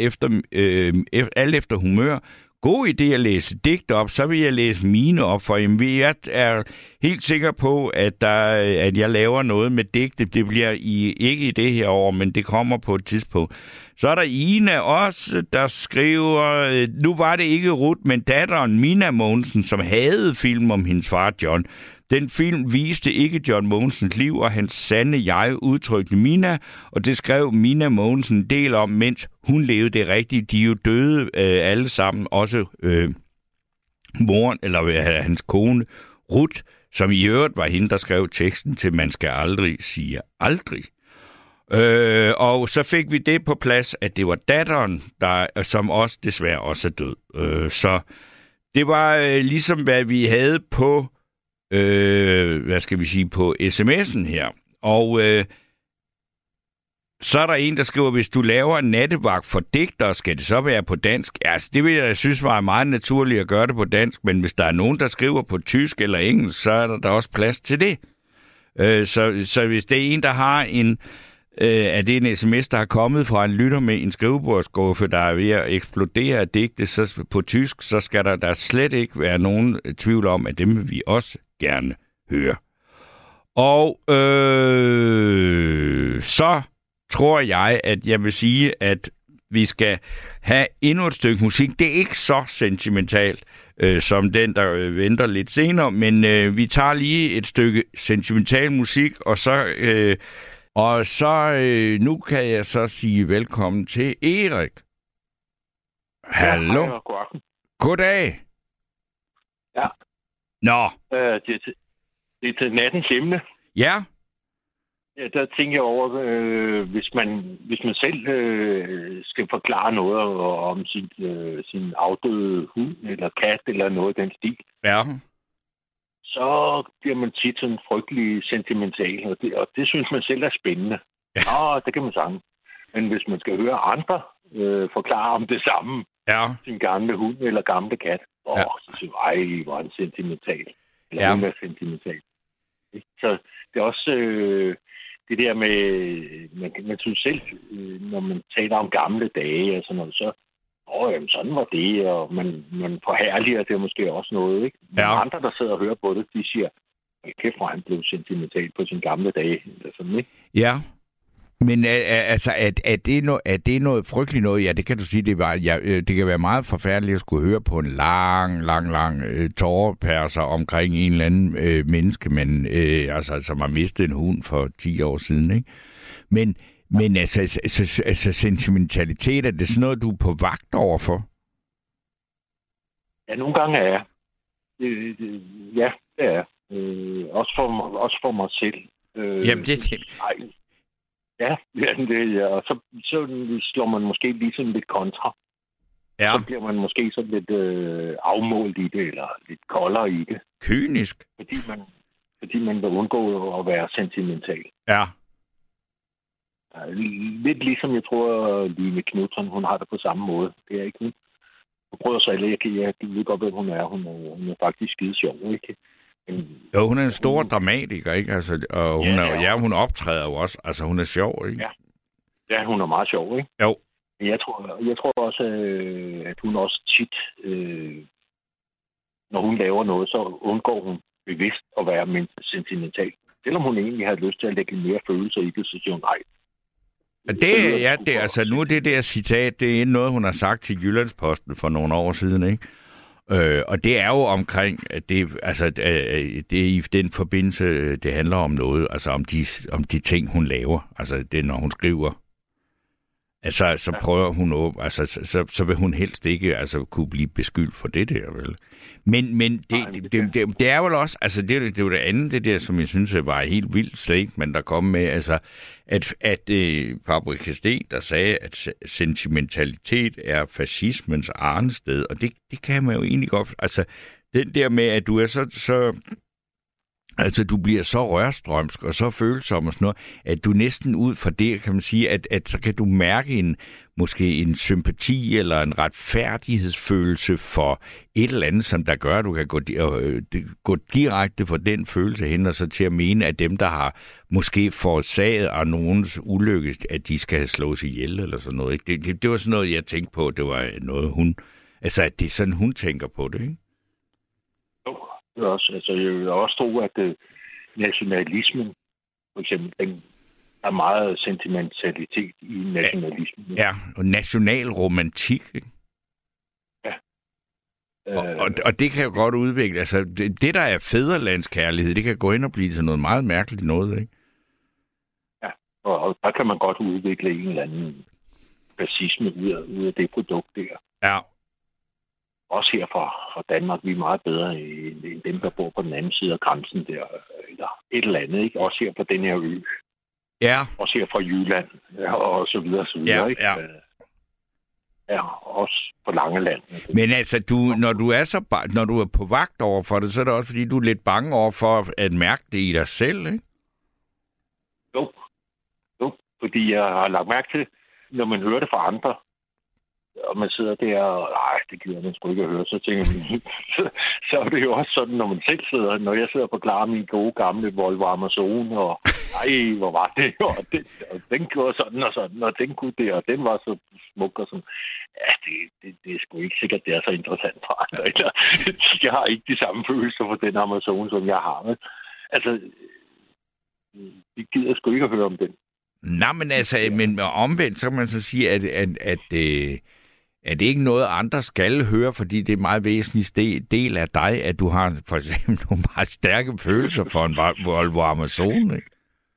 Speaker 3: efter humør. God idé at læse digte op, så vil jeg læse mine op, for jeg er helt sikker på, at jeg laver noget med digte. Det bliver ikke i det her år, men det kommer på et tidspunkt. Så er der Ina også, der skriver, nu var det ikke Ruth, men datteren Mina Mogensen, som havde film om hendes far John. Den film viste ikke John Mogensens liv, og hans sande jeg udtrykte Mina, og det skrev Mina Mogensen en del om, mens hun levede det rigtigt. De er jo døde alle sammen, også moren, eller hans kone, Ruth, som i øvrigt var hende, der skrev teksten til Man skal aldrig sige aldrig. Og så fik vi det på plads, at det var datteren, som også desværre også er død. Så det var ligesom, hvad vi havde på på sms'en her. Og så er der en, der skriver, hvis du laver en nattevagt for digtere, skal det så være på dansk? Altså, det vil jeg synes var meget naturligt at gøre det på dansk, men hvis der er nogen, der skriver på tysk eller engelsk, så er der også plads til det. Så hvis det er en, der har at det er en sms, der er kommet fra en lytter med en skrivebordsskuffe, der er ved at eksplodere af digte så på tysk, så skal der slet ikke være nogen tvivl om, at dem vil vi også gerne høre. Og så tror jeg, at jeg vil sige, at vi skal have endnu et stykke musik. Det er ikke så sentimentalt som den, der venter lidt senere, men vi tager lige et stykke sentimental musik, og så nu kan jeg så sige velkommen til Erik. Hallo.
Speaker 6: Ja,
Speaker 3: Goddag.
Speaker 6: Ja.
Speaker 3: Nå.
Speaker 6: Det er til nattens emne.
Speaker 3: Ja.
Speaker 6: Ja, der tænker jeg over, hvis man selv skal forklare noget om sin afdøde hund eller kat eller noget af den stil.
Speaker 3: Ja.
Speaker 6: Så bliver man tit sådan frygtelig sentimental, og det synes man selv er spændende. Ja. Det kan man sige. Men hvis man skal høre andre forklare om det samme, sin gamle hund eller gamle kat, så siger jeg, hvor er han sentimental. Eller hun er sentimental. Så det er også det der med, man synes selv, når man taler om gamle dage og sådan noget, så jamen, sådan var det, og man forherliger det måske også noget, ikke? Men andre, der sidder og hører på det, de siger, kæft, hvor han blev sentimental på sine gamle dage, eller sådan, ikke? Ja.
Speaker 3: Men altså, er det noget frygteligt noget? Ja, det kan du sige, det kan være meget forfærdeligt at skulle høre på en lang tåreperser omkring en eller anden menneske, men som har mistet en hund for 10 år siden, ikke? Men altså sentimentalitet, er det sådan noget, du er på vagt overfor?
Speaker 6: Ja, nogle gange er jeg. Ja, det er. Også for mig selv.
Speaker 3: Jamen, det.
Speaker 6: Ja, og så slår man måske lige sådan lidt kontra.
Speaker 3: Ja.
Speaker 6: Så bliver man måske sådan lidt afmålt i det, eller lidt koldere i det.
Speaker 3: Kynisk.
Speaker 6: Fordi man vil undgå at være sentimental.
Speaker 3: Ja.
Speaker 6: Lidt ligesom jeg tror, Line Knudsen, hun har det på samme måde. Det er ikke hun. Hun prøver sig alle. Jeg ved godt, hvem hun er. Hun er faktisk skide sjov, ikke?
Speaker 3: Jo, hun er en stor dramatiker, ikke? Altså, og hun optræder jo også. Altså, hun er sjov, ikke?
Speaker 6: Ja, hun er meget sjov, ikke?
Speaker 3: Jo.
Speaker 6: Jeg tror også, at hun også tit, når hun laver noget, så undgår hun bevidst at være sentimental. Selvom hun egentlig har lyst til at lægge mere følelser i det, så siger hun nej.
Speaker 3: Nu er det der citat, det er noget, hun har sagt til Jyllandsposten for nogle år siden, ikke? Og det er jo omkring, det er i den forbindelse, det handler om noget, altså om de ting, hun laver. Altså det, når hun skriver. Altså, så prøver hun, så vil hun helst ikke kunne blive beskyldt for det der, vel? Men det er jo også, altså det er jo det andet, det der, som jeg synes var helt vildt statement, der kom med, altså, at Paprika Steen, der sagde, at sentimentalitet er fascismens arnested, og det kan man jo egentlig godt, altså, den der med, at du er så altså, du bliver så rørstrømsk og så følsom og sådan noget, at du næsten ud fra det, kan man sige, at så kan du mærke måske en sympati eller en retfærdighedsfølelse for et eller andet, som der gør, at du kan gå direkte fra den følelse hen og så til at mene, at dem, der har måske forårsaget af nogens ulykke, at de skal slås ihjel eller sådan noget. Det var sådan noget, jeg tænkte på, det var noget hun, altså at det er sådan, hun tænker på det, ikke?
Speaker 6: Også, altså, jeg vil også tro, at nationalismen, for eksempel, den er meget sentimentalitet i nationalismen.
Speaker 3: Ja, og nationalromantik, ikke?
Speaker 6: Ja.
Speaker 3: Og det kan jo godt udvikle, altså det der er fædrelandskærlighed, det kan gå ind og blive til noget meget mærkeligt noget, ikke?
Speaker 6: Ja, og der kan man godt udvikle en eller anden fascisme ud af det produkt der.
Speaker 3: Ja.
Speaker 6: Også her fra Danmark, vi er meget bedre end dem, der bor på den anden side af grænsen der, eller et eller andet, ikke? Også her på den her ø.
Speaker 3: Ja.
Speaker 6: Også her fra Jylland, og så videre, så videre, ikke? Ja, også på Langeland.
Speaker 3: Men altså, når du er på vagt over for det, så er det også, fordi du er lidt bange over for at mærke det i dig selv, ikke?
Speaker 6: Jo, fordi jeg har lagt mærke til, når man hører det fra andre, og man sidder der og, det gider man sgu ikke at høre, så tænker man, så er det jo også sådan, når man selv sidder, når jeg sidder på klar min gode gamle Volvo Amazon, og ej, hvor var det? Og den gjorde sådan og sådan, og den kunne det, og den var så smuk og sådan. Ja, det er sgu ikke sikkert, det er så interessant for andre. Eller, jeg har ikke de samme følelser for den Amazon, som jeg har. Men, altså, vi gider sgu ikke at høre om den.
Speaker 3: Nej, men altså, men omvendt, så kan man så sige, at det ikke noget, andre skal høre, fordi det er meget væsentlig del af dig, at du har for eksempel nogle meget stærke følelser for en Volvo Amazon, ikke?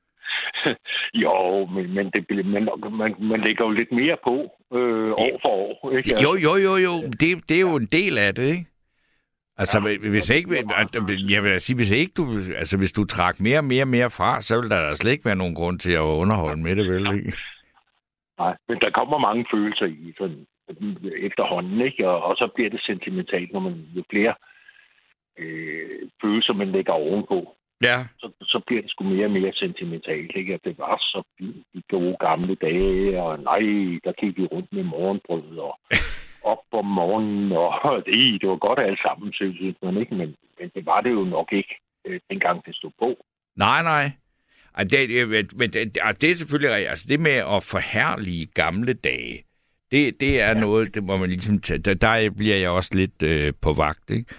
Speaker 6: Jo, men man lægger jo lidt mere på år for år, ikke?
Speaker 3: Jo. Det er jo en del af det, ikke? Altså, hvis ikke, jeg vil sige, hvis du trak mere fra, så vil der slet ikke være nogen grund til at underholde med det, vel, ikke?
Speaker 6: Nej, men der kommer mange følelser i sådan efterhånden, ikke? Og så bliver det sentimentalt, når man jo flere følelser, man lægger ovenpå.
Speaker 3: Ja.
Speaker 6: Så bliver det sgu mere og mere sentimentalt, ikke? At det var så fint, de gode gamle dage, og nej, der gik vi rundt med morgenbrød, og op om morgenen, og det var godt alt sammen, synes man, ikke? Men det var det jo nok ikke, dengang det stod på. Nej. Det er selvfølgelig rigtigt. Altså det med at forherlige gamle dage, det er noget, det må man ligesom tage. Der bliver jeg også lidt på vagt, ikke?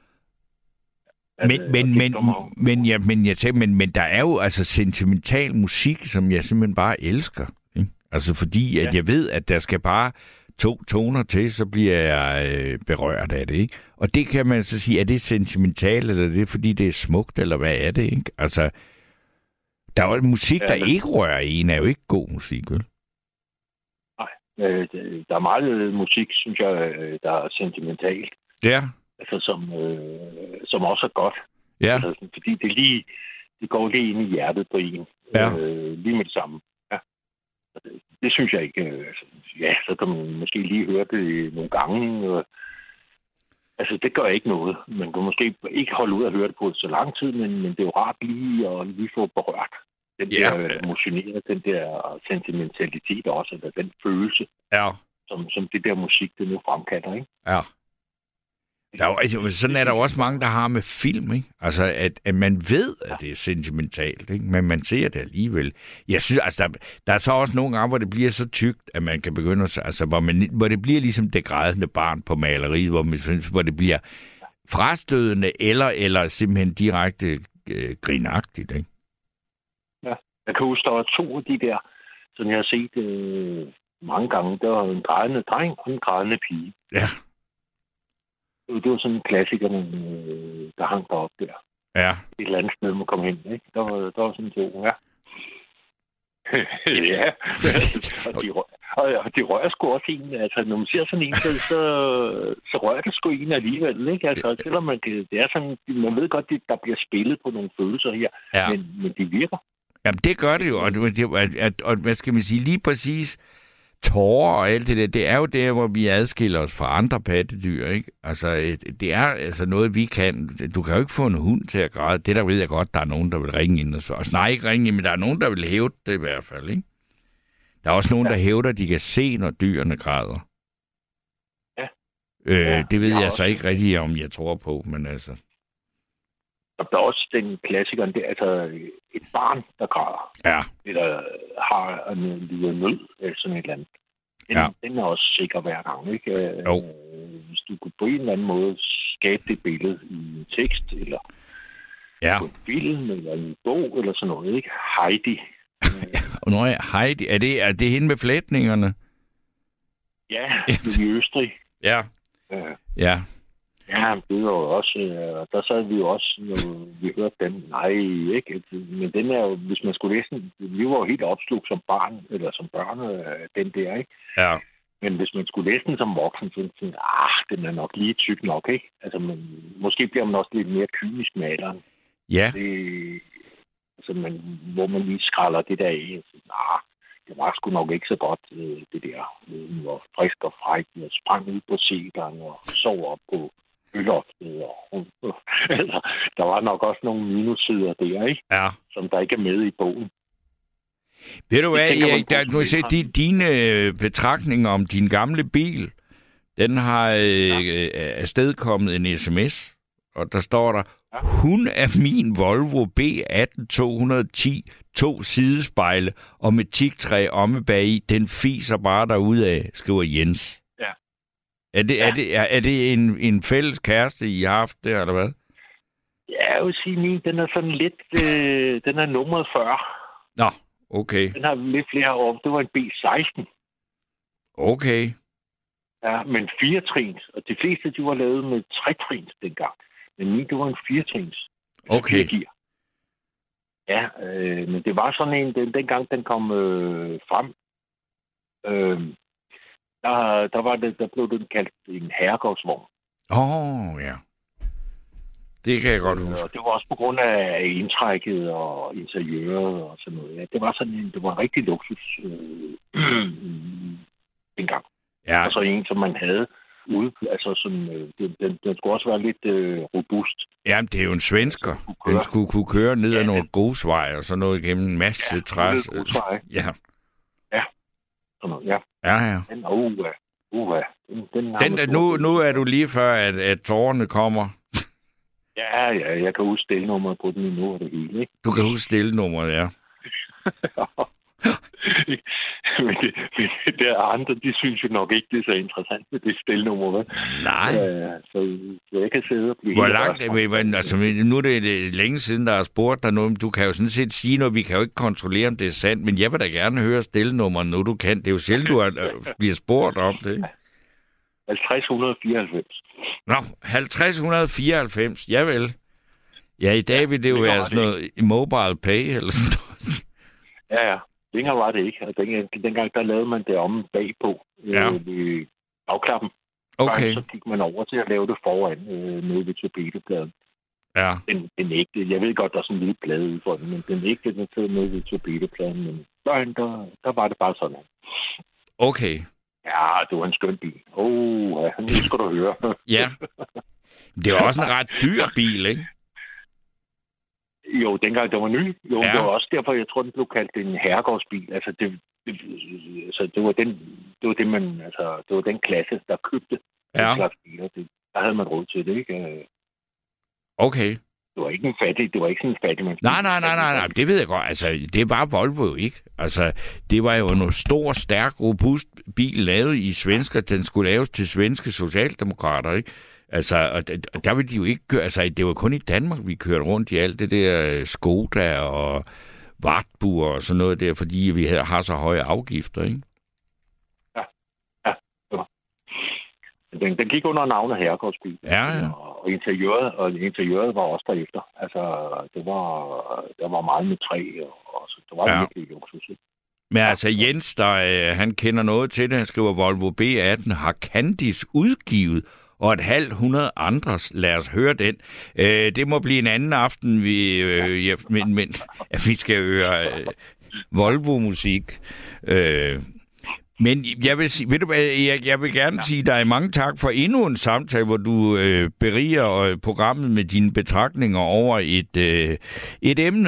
Speaker 6: Men der er jo altså sentimental musik, som jeg simpelthen bare elsker, ikke? Altså fordi at jeg ved, at der skal bare 2 toner til, så bliver jeg berørt af det, ikke? Og det kan man så sige, er det sentimentalt, eller er det fordi det er smukt, eller hvad er det, ikke? Altså, der er jo musik, der ikke rører en, er jo ikke god musik, vel? Nej, der er meget musik, synes jeg, der er sentimentalt.
Speaker 3: Ja.
Speaker 6: Altså, som også er godt.
Speaker 3: Ja.
Speaker 6: Altså, fordi det går lige ind i hjertet på en.
Speaker 3: Ja.
Speaker 6: Lige med det samme. Ja. Det synes jeg ikke. Ja, så kan man måske lige høre det nogle gange. Altså, det gør ikke noget. Man kan måske ikke holde ud at høre det på så lang tid, men det er jo rart lige få berørt. Den der emotioneret, den der sentimentalitet også, eller den følelse, som det der musik, det nu fremkalder, ikke?
Speaker 3: Ja. Sådan er der også mange, der har med film, ikke? Altså, at man ved, at det er sentimentalt, ikke? Men man ser det alligevel. Jeg synes, altså, der er så også nogle gange, hvor det bliver så tykt, at man kan begynde at... Altså, hvor det bliver ligesom det grædende barn på maleriet, hvor det bliver frastødende, eller simpelthen direkte grinagtigt, ikke?
Speaker 6: Ja, jeg kan huske, der var 2 af de der, som jeg har set mange gange. Der var en grædende dreng og en grædende pige.
Speaker 3: Ja.
Speaker 6: Det var sådan klassikerne, der hang deroppe der.
Speaker 3: Ja.
Speaker 6: Et eller andet sted, man kom hen, ikke? Der var sådan 2, ja. Ja. Og de rører sgu også en. Altså, når man ser sådan en, så rører det sgu en alligevel, ikke? Altså, selvom det er sådan, man ved godt, der bliver spillet på nogle følelser her, men de virker. Jamen,
Speaker 3: det gør det jo, og hvad skal man sige, lige præcis tårer og alt det der, det er jo der, hvor vi adskiller os fra andre pattedyr, ikke? Altså, det er altså noget, vi kan. Du kan jo ikke få en hund til at græde. Det der ved jeg godt, der er nogen, der vil ringe ind og svare. Nej, ikke ringe ind, men der er nogen, der vil hæve det i hvert fald, ikke? Der er også nogen, der hævder, at de kan se, når dyrene græder.
Speaker 6: Ja.
Speaker 3: Det ved jeg så ikke rigtig, om jeg tror på, men altså...
Speaker 6: Der er også den klassikeren, det er altså et barn, der græder.
Speaker 3: Ja.
Speaker 6: Eller har en lille nød, eller sådan et eller andet. Den er også sikker hver gang, ikke?
Speaker 3: Jo.
Speaker 6: Hvis du kunne på en eller anden måde skabe det billede i en tekst, eller på en film, eller en bog, eller sådan noget, ikke? Heidi.
Speaker 3: Heidi, er det hende med flætningerne?
Speaker 6: Ja, i Østrig.
Speaker 3: Ja. Ja.
Speaker 6: Ja, det var jo også... Der sad vi jo også, når vi hørte den. Nej, ikke? Men den er jo... Hvis man skulle læse den... Vi var jo helt opslugt som barn, eller som børn, den der, ikke?
Speaker 3: Ja.
Speaker 6: Men hvis man skulle læse den som voksen, så tænkte jeg, den er nok lige tyk nok, ikke? Altså, måske bliver man også lidt mere kynisk med alderen.
Speaker 3: Ja.
Speaker 6: Hvor man lige skralder det der af. Det var sgu nok ikke så godt, det der. Den var frisk og fræk, og sprang ud på seglerne og sov op på øloftet. Der var nok også nogle minussider der, ikke?
Speaker 3: Ja.
Speaker 6: Som der ikke er med i bogen.
Speaker 3: Ved du hvad, Erik, nu vil jeg se, dine betragtninger om din gamle bil, den har afstedkommet en sms, og der står der, hun er min Volvo B18 210 2 sidespejle og med teaktræ omme bagi. Den fiser bare derudad, skriver Jens.
Speaker 6: Ja.
Speaker 3: Er det en fælles kæreste, I har haft der, eller hvad?
Speaker 6: Ja, jeg vil sige, min, den er sådan lidt... den er nummeret 40.
Speaker 3: Nå, okay.
Speaker 6: Den har lidt flere år. Det var en B16.
Speaker 3: Okay.
Speaker 6: Ja, men 4-trins. Og de fleste, de var lavet med 3-trins dengang. Men min, det var en 4-trins.
Speaker 3: Okay.
Speaker 6: Ja, men det var sådan en, dengang den kom frem, der blev den kaldt en herregårdsvogn.
Speaker 3: Ja. Det kan jeg godt huske.
Speaker 6: Og det var også på grund af indtrækket og interiøret og sådan noget. Ja, det var en rigtig luksus dengang.
Speaker 3: Ja.
Speaker 6: Og så en, som man havde ude. Altså sådan, den skulle også være lidt robust.
Speaker 3: Jamen, det er jo en svensker. Den skulle kunne køre ned ad nogle grusveje og sådan noget gennem en masse træs.
Speaker 6: Ja. Sådan noget, ja.
Speaker 3: Ja. Nu er du lige før, at tårerne kommer.
Speaker 6: Ja, jeg kan huske stilnummeret på den endnu, og det hele, ikke?
Speaker 3: Du kan huske stilnummeret, ja.
Speaker 6: men det er andre, de synes jo nok ikke, det er så interessant med det stilnummer, vel?
Speaker 3: Nej.
Speaker 6: Så jeg kan sidde og blive...
Speaker 3: Hvor langt altså, nu er det længe siden, der har spurgt dig noget, men du kan jo sådan set sige noget, vi kan jo ikke kontrollere, om det er sandt, men jeg vil da gerne høre stilnummeret, nu du kan. Det er jo sjældent, du bliver spurgt om det.
Speaker 6: 50-194.
Speaker 3: Nå, 50-194, javel. Ja, i dag vil det jo være sådan noget mobile pay, eller sådan noget.
Speaker 6: Ja. Længere var det ikke. Dengang, der lavede man det om bagpå. Ved afklappen.
Speaker 3: Okay.
Speaker 6: Så gik man over til at lave det foran nede ved torpedopladen.
Speaker 3: Ja.
Speaker 6: Den ægte. Jeg ved godt, der er sådan en lille plade ude for den, men den ægte, den sidder nede ved torpedopladen. Men der var det bare sådan.
Speaker 3: Okay.
Speaker 6: Ja, det var en skøn bil. Nu skal du høre.
Speaker 3: Ja. Det var også en ret dyr bil, ikke?
Speaker 6: Jo, dengang det var ny. Jo, ja. Det var også derfor, jeg tror, den blev kaldt en herregårdsbil. Altså, det var den klasse, der købte den slags biler. Der havde man råd til det, ikke?
Speaker 3: Okay.
Speaker 6: Det var ikke sådan en fattig mands.
Speaker 3: Nej, det ved jeg godt. Altså, det var Volvo jo ikke. Altså, det var jo en stor, stærk, robust bil lavet i svensker. Den skulle laves til svenske socialdemokrater, ikke? Altså, og der ville de jo ikke køre... Altså, det var kun i Danmark, vi kørte rundt i alt det der Skoda og Wartburg og sådan noget der, fordi vi har så høje afgifter, ikke?
Speaker 6: Ja. Den gik under navnet herregårdsbil.
Speaker 3: Ja.
Speaker 6: Og interiøret var også derefter. Altså, der var meget med træ, og så det var virkelig luksus.
Speaker 3: Men altså, Jens, han kender noget til det. Han skriver, Volvo B18 har Candice udgivet, og 100 andre. Lad os høre den. Det må blive en anden aften, men vi skal høre Volvo-musik. Men jeg vil sige, ved du hvad, jeg vil gerne sige dig mange tak for endnu en samtale, hvor du beriger programmet med dine betragtninger over et emne.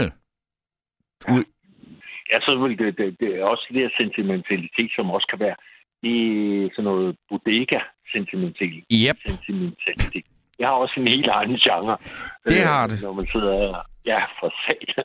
Speaker 6: Ja, så vil det er også det sentimentalitet, som også kan være i sådan noget bodega-sentimentalitet.
Speaker 3: Yep.
Speaker 6: Sentimentalitet. Jeg har også en helt anden genre.
Speaker 3: Det har det.
Speaker 6: Når man sidder... Ja, for satan.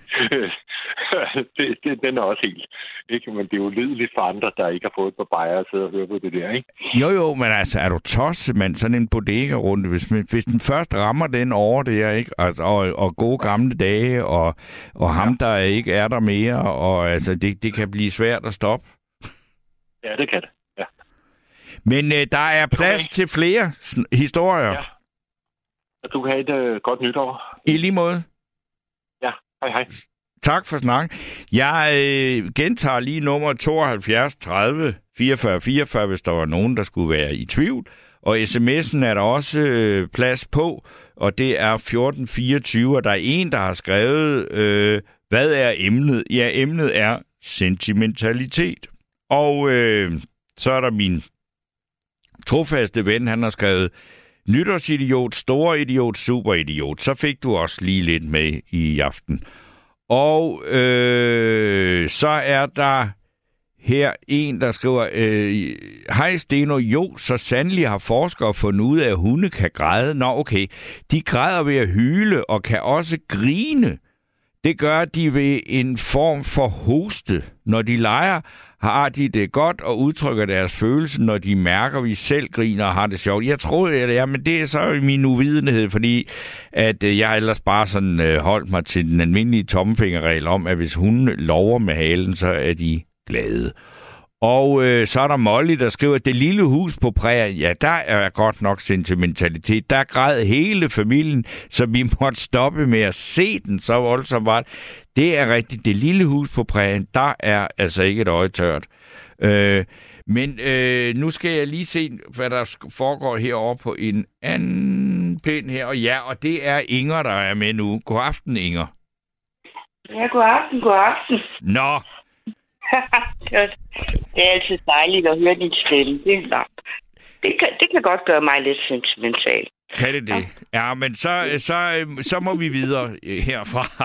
Speaker 6: Den er også helt... Ikke? Men det er jo lideligt for andre, der ikke har fået et par bajer at sidde og høre på det der, ikke?
Speaker 3: Jo, men altså, er du tosset, mand? Sådan en bodega-runde. Hvis den først rammer den over der, ikke? Altså, og gode gamle dage, og ham, der ikke er der mere, og altså, det kan blive svært at stoppe.
Speaker 6: Ja, det kan det. Ja.
Speaker 3: Men der er plads til flere historier.
Speaker 6: Ja. Du kan have et godt nytår.
Speaker 3: I lige måde.
Speaker 6: Ja, hej.
Speaker 3: Tak for snak. Jeg gentager lige nummer 72 30 44 44, hvis der var nogen, der skulle være i tvivl. Og sms'en er der også plads på, og det er 1424, og der er en, der har skrevet, hvad er emnet? Ja, emnet er sentimentalitet. Og så er der min trofaste ven, han har skrevet, nytårsidiot, storidiot, superidiot. Så fik du også lige lidt med i aften. Og så er der her en, der skriver, hej Steno, jo, så sandelig har forskere fundet ud af, at hunde kan græde. Nå, okay. De græder ved at hyle og kan også grine. Det gør de ved en form for hoste. Når de leger, har de det godt og udtrykker deres følelse, når de mærker, at vi selv griner og har det sjovt. Jeg troede, men det er så min uvidenhed, fordi at jeg ellers bare sådan holdt mig til den almindelige tommelfingerregel om, at hvis hunden lover med halen, så er de glade. Og så er der Molly, der skriver, at det lille hus på prærien, ja, der er godt nok sentimentalitet. Der græd hele familien, så vi måtte stoppe med at se den, så voldsomt var det. Det er rigtigt. Det lille hus på prærien, der er altså ikke et øje tørt. Men nu skal jeg lige se, hvad der foregår herovre på en anden pind her. Og ja, og det er Inger, der er med nu. God aften, Inger.
Speaker 7: Ja, god aften, god aften.
Speaker 3: Nå.
Speaker 7: Det er altid dejligt at høre din stemme. Det kan godt gøre mig lidt sentimental.
Speaker 3: Kan det? Ja, men så må vi videre herfra.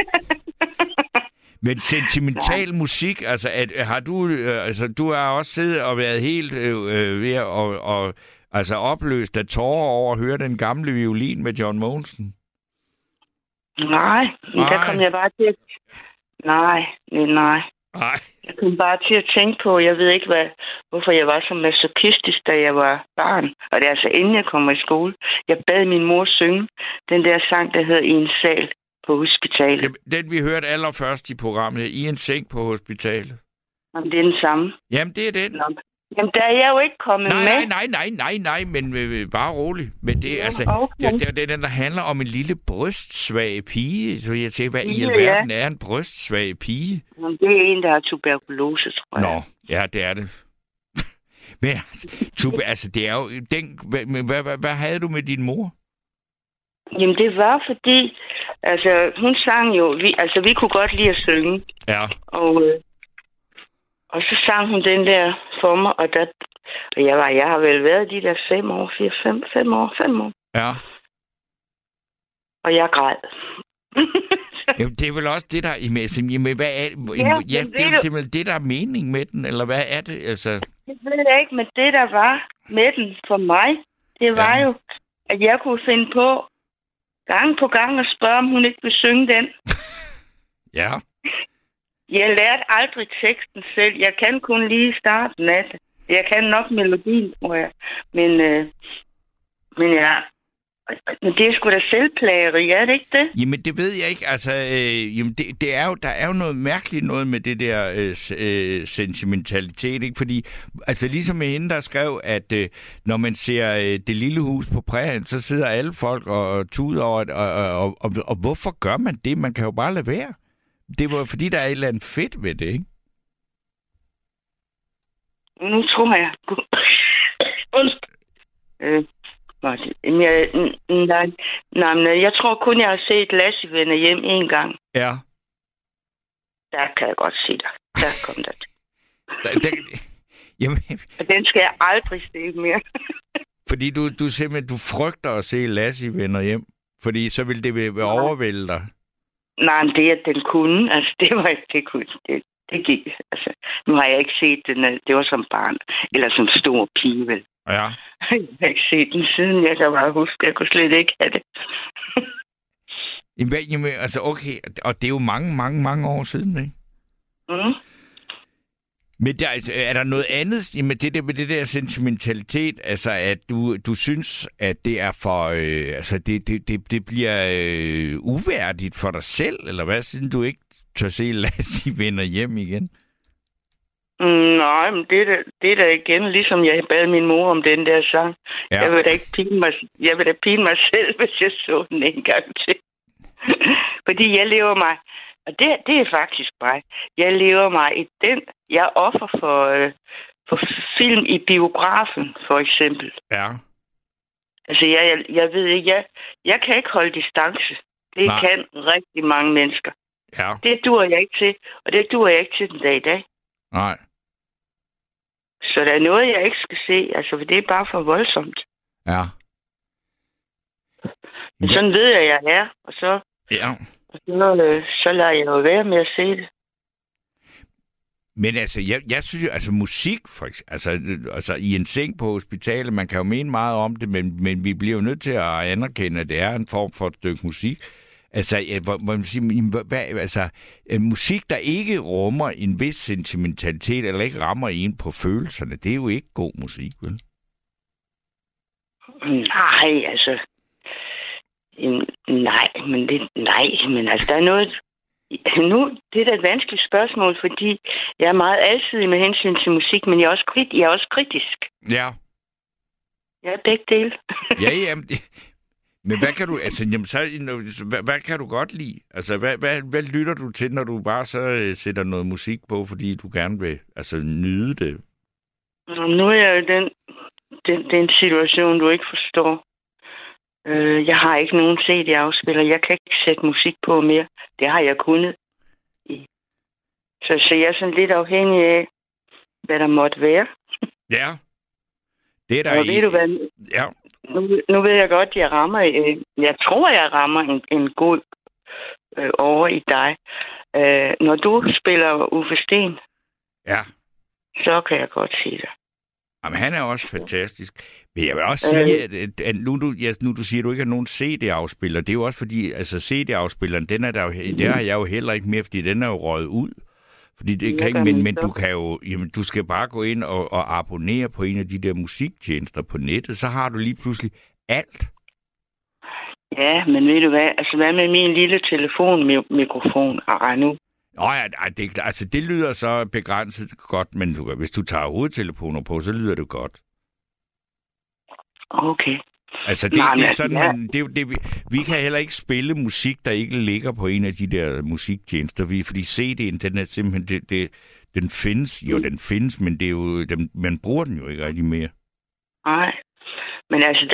Speaker 3: Men sentimental musik, altså har du, du har også siddet og været helt ved at altså opløst af tårer over at høre den gamle violin med John Mogensen?
Speaker 7: Nej, der kom jeg bare til at... Nej. Jeg kom bare til at tænke på, jeg ved ikke, hvorfor jeg var så masochistisk, da jeg var barn. Og det er altså inden jeg kom i skole. Jeg bad min mor synge den der sang, der hedder I en sal på hospitalet.
Speaker 3: Jamen, den vi hørte allerførst i programmet, I en seng på hospitalet.
Speaker 7: Jamen, det er den samme.
Speaker 3: Jamen, det er den.
Speaker 7: Jamen, der er jeg jo ikke kommet med.
Speaker 3: Nej, men bare rolig. Men det er okay. Det er den, der handler om en lille brystsvag pige. Så jeg tænker, hvad i alverden er en brystsvag pige?
Speaker 7: Jamen, det er en, der har tuberkulose, tror jeg.
Speaker 3: Nå, ja, det er det. Men altså, det er jo... Hvad havde du med din mor?
Speaker 7: Jamen, det var fordi... Altså, hun sang jo... Vi kunne godt lide at synge.
Speaker 3: Ja.
Speaker 7: Og så sang hun den der for mig, og jeg har vel været de der 5 år.
Speaker 3: Ja.
Speaker 7: Og jeg græd.
Speaker 3: Jamen, det er vel også det, der er med. Jamen, hvad er det er vel det, der er mening med den, eller hvad er det? Altså...
Speaker 7: Det ved jeg ikke, men det, der var med den for mig, det var jo, at jeg kunne finde på gang på gang at spørge, om hun ikke ville synge den.
Speaker 3: Ja.
Speaker 7: Jeg lærte aldrig teksten selv. Jeg kan kun lige starten af det. Jeg kan nok melodien, tror jeg. Men det er sgu da selvplageri, er det ikke det?
Speaker 3: Jamen, det ved jeg ikke. Altså, det er jo, der er jo noget mærkeligt noget med det der sentimentalitet, ikke? Fordi, altså ligesom med hende, der skrev, at når man ser Det lille hus på prærien, så sidder alle folk og tuder over det, og hvorfor gør man det? Man kan jo bare lade være. Det var fordi, der er et eller andet fedt ved det, ikke?
Speaker 7: Nu tror jeg... jeg tror kun, jeg har set Lassie vende hjem 1 gang.
Speaker 3: Ja.
Speaker 7: Der kan jeg godt se dig. Der kom der.
Speaker 3: Jamen...
Speaker 7: Og den skal jeg aldrig se mere.
Speaker 3: Fordi du simpelthen frygter at se Lassie vende hjem? Fordi så vil det overvælde dig? Nej,
Speaker 7: men det, at den kunne, altså det gik. Altså, nu har jeg ikke set den, det var som barn, eller som stor pige, vel.
Speaker 3: Ja.
Speaker 7: Jeg har ikke set den siden, jeg kan bare huske, jeg kunne slet ikke have det.
Speaker 3: Jamen, altså okay, og det er jo mange år siden, ikke?
Speaker 7: Mm.
Speaker 3: Men er der noget andet med det der sentimentalitet, altså at du synes, at det er for, altså det bliver uværdigt for dig selv, eller hvad, siden du ikke tør se Lassie vender hjem igen?
Speaker 7: Nej, men det er da igen, ligesom jeg bad min mor om den der sang. Ja. Jeg vil da pine mig selv, hvis jeg så den en gang til. Fordi jeg lever mig, og det er faktisk mig. Jeg lever mig i den, jeg offer for film i biografen, for eksempel.
Speaker 3: Ja.
Speaker 7: Altså, jeg ved ikke, jeg kan ikke holde distance. Det kan rigtig mange mennesker.
Speaker 3: Ja.
Speaker 7: Det duer jeg ikke til, og det duer jeg ikke til den dag i dag.
Speaker 3: Nej.
Speaker 7: Så der er noget, jeg ikke skal se, altså, for det er bare for voldsomt.
Speaker 3: Ja.
Speaker 7: Men sådan ved jeg er, og så...
Speaker 3: Ja.
Speaker 7: Så lader jeg jo være med at se det.
Speaker 3: Men altså, jeg synes jo, altså musik, for eksempel, altså i en seng på hospitalet, man kan jo mene meget om det, men vi bliver jo nødt til at anerkende, at det er en form for et stykke musik. Altså, hvor man siger, musik, der ikke rummer en vis sentimentalitet, eller ikke rammer en på følelserne, det er jo ikke god musik, vel?
Speaker 7: Nej, altså... Nej, men altså, der er noget... Nu, det er da et vanskeligt spørgsmål, fordi jeg er meget alsidig med hensyn til musik, men jeg er også kritisk.
Speaker 3: Ja.
Speaker 7: Jeg er begge dele.
Speaker 3: Ja. Men hvad kan du, hvad kan du godt lide? Altså, hvad lytter du til, når du bare så sætter noget musik på, fordi du gerne vil nyde det?
Speaker 7: Nu er jeg jo den situation, du ikke forstår. Jeg har ikke nogen CD-afspiller. Jeg kan ikke sætte musik på mere. Det har jeg kunnet. Så jeg er sådan lidt afhængig af, hvad der måtte være.
Speaker 3: Ja. Det er der
Speaker 7: og ved du hvad?
Speaker 3: Ja.
Speaker 7: Nu ved jeg godt, at jeg rammer... jeg tror, jeg rammer en god over i dig. Når du spiller Uffe Sten,
Speaker 3: ja,
Speaker 7: så kan jeg godt sige det.
Speaker 3: Jamen, han er også fantastisk. Men jeg vil også sige, at nu du siger, at du ikke har nogen CD-afspiller. Det er jo også fordi, CD-afspilleren, der har jeg jo heller ikke mere, fordi den er jo røget ud. Fordi det kan ikke, men du kan jo, du skal bare gå ind og abonnere på en af de der musiktjenester på nettet, så har du lige pludselig alt.
Speaker 7: Ja, men ved du hvad? Altså, hvad med min lille telefonmikrofon? Nu.
Speaker 3: Det lyder så begrænset godt, men hvis du tager hovedtelefoner på, så lyder det godt.
Speaker 7: Okay.
Speaker 3: Altså, vi kan heller ikke spille musik, der ikke ligger på en af de der musiktjenester, fordi CD'en, den er simpelthen, den findes, den findes, men det er jo, man bruger den jo ikke rigtig mere.
Speaker 7: Nej, men altså,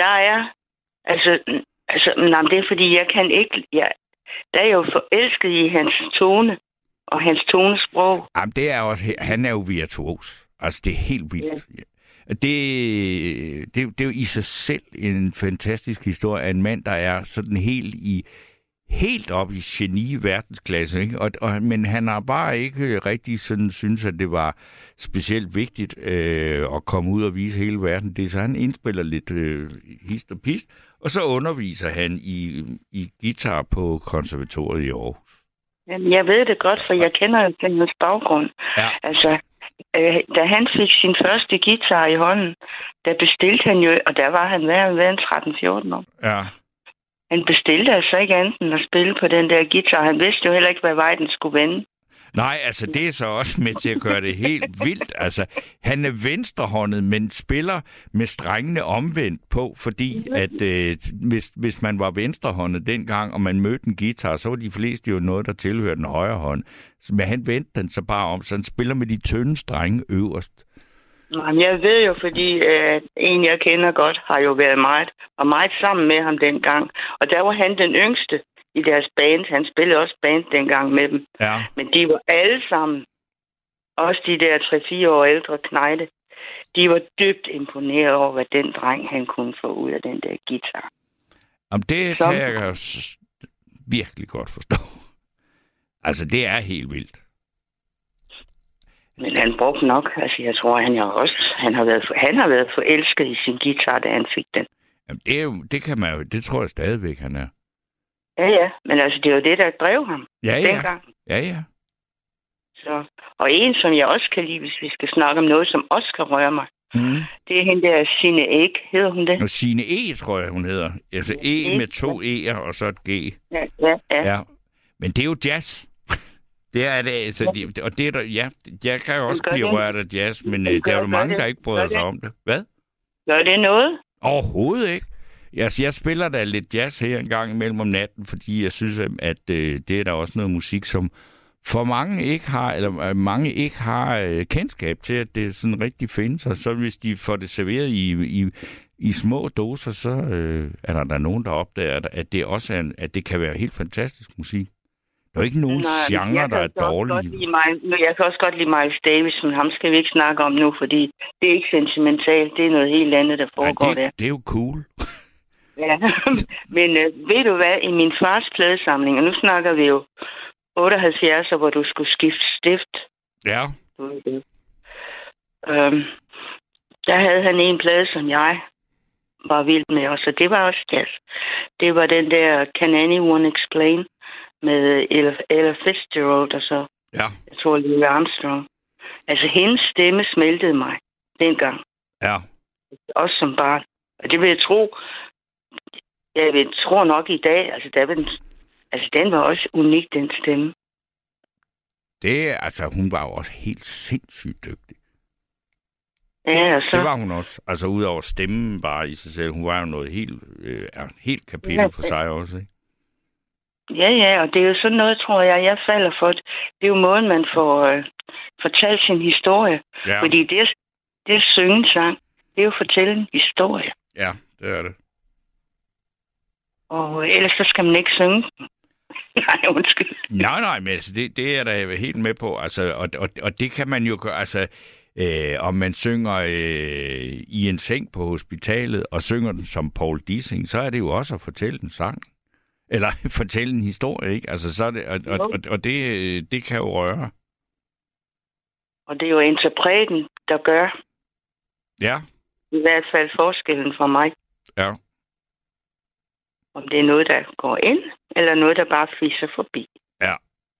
Speaker 7: det er fordi, jeg kan ikke, der er jo forelsket i hans tone, og hans tonesprog.
Speaker 3: Jamen, det er også, han er jo virtuos. Altså, det er helt vildt. Ja. Det er jo i sig selv en fantastisk historie af en mand, der er sådan helt op i geni-verdensklasse, ikke? Men han har bare ikke rigtig sådan synes, at det var specielt vigtigt at komme ud og vise hele verden. Det er så, han indspiller lidt hist og pist, og så underviser han i guitar på konservatoriet i Aarhus.
Speaker 7: Jamen, jeg ved det godt, for jeg kender jo hans baggrund. Ja. Altså, da han fik sin første guitar i hånden, der bestilte han jo, og der var han været 13-14 år.
Speaker 3: Ja.
Speaker 7: Han bestilte altså ikke andet end at spille på den der guitar. Han vidste jo heller ikke, hvad vej den skulle vende.
Speaker 3: Nej, altså det er så også med til at gøre det helt vildt. Altså, han er venstrehåndet, men spiller med strengene omvendt på, fordi at hvis man var venstrehåndet dengang, og man mødte en guitar, så var de fleste jo noget, der tilhørte den højre hånd. Men han vendte den så bare om, så han spiller med de tynde strenge øverst.
Speaker 7: Jamen, jeg ved jo, fordi en, jeg kender godt, har jo været meget sammen med ham dengang. Og der var han den yngste i deres band. Han spillede også band dengang med dem.
Speaker 3: Ja.
Speaker 7: Men de var alle sammen, også de der 3-4 år ældre knejte, de var dybt imponeret over, hvad den dreng, han kunne få ud af den der guitar.
Speaker 3: Jamen, det kan jeg virkelig godt forstå. Altså, det er helt vildt.
Speaker 7: Men han brugte nok. Altså, jeg tror, han har været forelsket i sin guitar, da han fik den.
Speaker 3: Jamen, det kan man jo. Det tror jeg stadigvæk, han er.
Speaker 7: Ja. Men altså, det var det, der drev ham dengang.
Speaker 3: Ja.
Speaker 7: Så, og en, som jeg også kan lide, hvis vi skal snakke om noget, som også kan røre mig, det er hende der Signe Eg, hedder hun det?
Speaker 3: Signe E, tror jeg, hun hedder. Altså med 2 E'er og så et G. Ja. Men det er jo jazz. Det er det, altså. Og det er der, ja, jeg kan jo også blive rørt af jazz, men der er jo mange, der ikke bryder sig om det. Hvad?
Speaker 7: Gør det noget?
Speaker 3: Overhovedet ikke. Altså, jeg spiller da lidt jazz her en gang imellem om natten, fordi jeg synes, at det er der også noget musik, som for mange ikke har, eller mange ikke har kendskab til, at det sådan rigtig findes. Og så hvis de får det serveret i små doser, så er der nogen, der opdager, at det også er at det kan være helt fantastisk musik. Der er ikke nogen genre, der er dårlige.
Speaker 7: Jeg kan også godt lide Miles Davis, men ham skal vi ikke snakke om nu, fordi det er ikke sentimentalt. Det er noget helt andet, der foregår der.
Speaker 3: Det er jo cool.
Speaker 7: Ja, men ved du hvad, i min fars pladesamling, og nu snakker vi jo 78, hvor du skulle skifte stift.
Speaker 3: Ja.
Speaker 7: Der havde han en plade, som jeg var vild med os, og det var også jazz. Det var den der Can Anyone Explain med Ella Fitzgerald og så, jeg tror, Louis Armstrong. Altså, hendes stemme smeltede mig dengang.
Speaker 3: Ja.
Speaker 7: Også som barn. Og det vil jeg tro, nok i dag, altså den var også unik, den stemme.
Speaker 3: Hun var jo også helt sindssygt dygtig.
Speaker 7: Ja, og så...
Speaker 3: Det var hun også. Altså, udover stemmen bare i sig selv. Hun var jo noget helt kapitel for sig også, ikke?
Speaker 7: Ja, og det er jo sådan noget, tror jeg falder for. Det er jo måden, man får fortalt sin historie. Ja. Fordi det er syngesang. Det er jo at fortælle en historie.
Speaker 3: Ja, det er det.
Speaker 7: Og ellers så skal man ikke synge. Nej, undskyld.
Speaker 3: Nej, men altså, det er jeg da helt med på. Altså, og det kan man jo gøre, altså, om man synger i en seng på hospitalet, og synger den som Paul Dissing, så er det jo også at fortælle en sang. Eller fortælle en historie, ikke? Altså, så er det, og det kan jo røre.
Speaker 7: Og det er jo interpreten, der gør.
Speaker 3: Ja.
Speaker 7: I hvert fald forskellen fra mig.
Speaker 3: Ja.
Speaker 7: Om det er noget, der går ind, eller noget, der bare fiser forbi.
Speaker 3: Ja.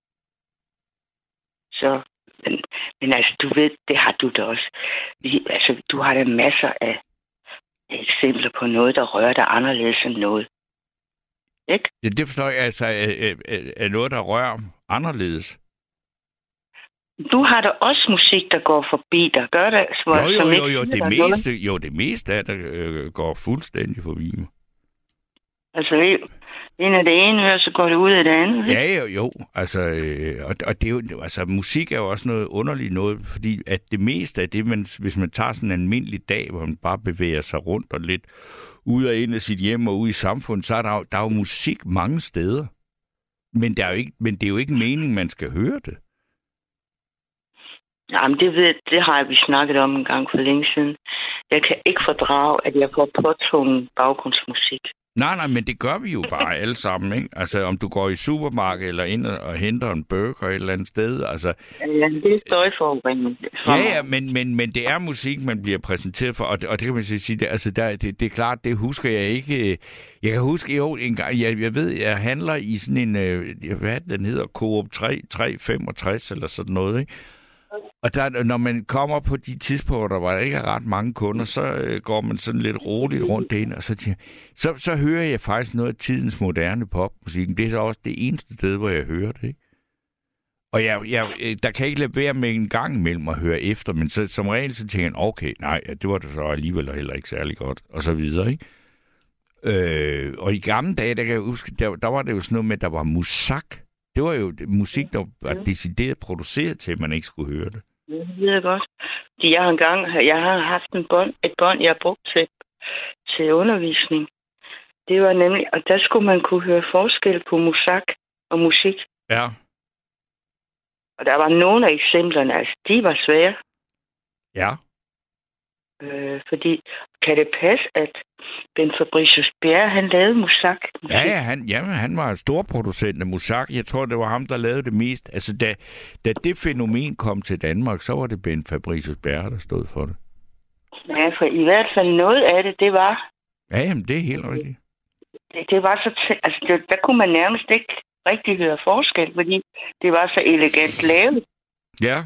Speaker 7: Så, men altså, du ved, det har du da også. Du har da masser af eksempler på noget, der rører dig anderledes end noget. Ikke?
Speaker 3: Ja, det forstår jeg, altså, er noget, der rører anderledes.
Speaker 7: Du har da også musik, der går forbi dig. Gør det?
Speaker 3: Jo, det meste af det går fuldstændig forbi mig.
Speaker 7: Altså, ind af det ene øre, så går det ud af det andet. Ikke?
Speaker 3: Ja, jo. Altså, og det er jo, altså, musik er jo også noget underligt noget, fordi at det meste af det, hvis man tager sådan en almindelig dag, hvor man bare bevæger sig rundt og lidt ud og ind af sit hjem og ud i samfundet, så er der jo musik mange steder. Men det er jo ikke meningen, man skal høre det.
Speaker 7: Jamen, det har vi snakket om en gang for længe siden. Jeg kan ikke fordrage, at jeg får påtvunget baggrundsmusik.
Speaker 3: Nej, men det gør vi jo bare alle sammen, ikke? Altså, om du går i supermarked eller ind og henter en burger et eller andet sted, altså...
Speaker 7: Ja, det er støjforurening.
Speaker 3: Ja, men det er musik, man bliver præsenteret for, og det kan man sige, det er klart, det husker jeg ikke. Jeg kan huske, en gang, jeg ved, jeg handler i sådan en, hvad den hedder, Coop 365 eller sådan noget, ikke? Og der, når man kommer på de tidspunkter, hvor der ikke er ret mange kunder, så går man sådan lidt roligt rundt ind, og så hører jeg faktisk noget af tidens moderne popmusik. Det er så også det eneste sted, hvor jeg hører det, ikke? Og der kan ikke lade være med en gang imellem at høre efter, men så, som regel så tænker jeg, okay, nej, det var det så alligevel heller ikke særlig godt, og så videre, ikke? Og i gamle dage, der kan jeg huske, der var det jo sådan noget med, at der var musak. Det var jo musik, der var decideret produceret til, at man ikke skulle høre det.
Speaker 7: Det ved jeg godt. Jeg har haft et bånd, jeg har brugt til undervisning. Det var nemlig, og der skulle man kunne høre forskel på musak og musik.
Speaker 3: Ja.
Speaker 7: Og der var nogle af eksemplerne, altså de var svære.
Speaker 3: Ja.
Speaker 7: Fordi, kan det passe, at Ben Fabricius Bjerre, han lavede musak?
Speaker 3: Ja, han var en stor producent af musak. Jeg tror, det var ham, der lavede det mest. Altså, da det fænomen kom til Danmark, så var det Ben Fabricius Bjerre, der stod for det.
Speaker 7: Ja, for i hvert fald noget af det var...
Speaker 3: Ja, jamen, det er helt rigtigt.
Speaker 7: Det var så... Altså, der kunne man nærmest ikke rigtig høre forskel, fordi det var så elegant lavet.
Speaker 3: Ja.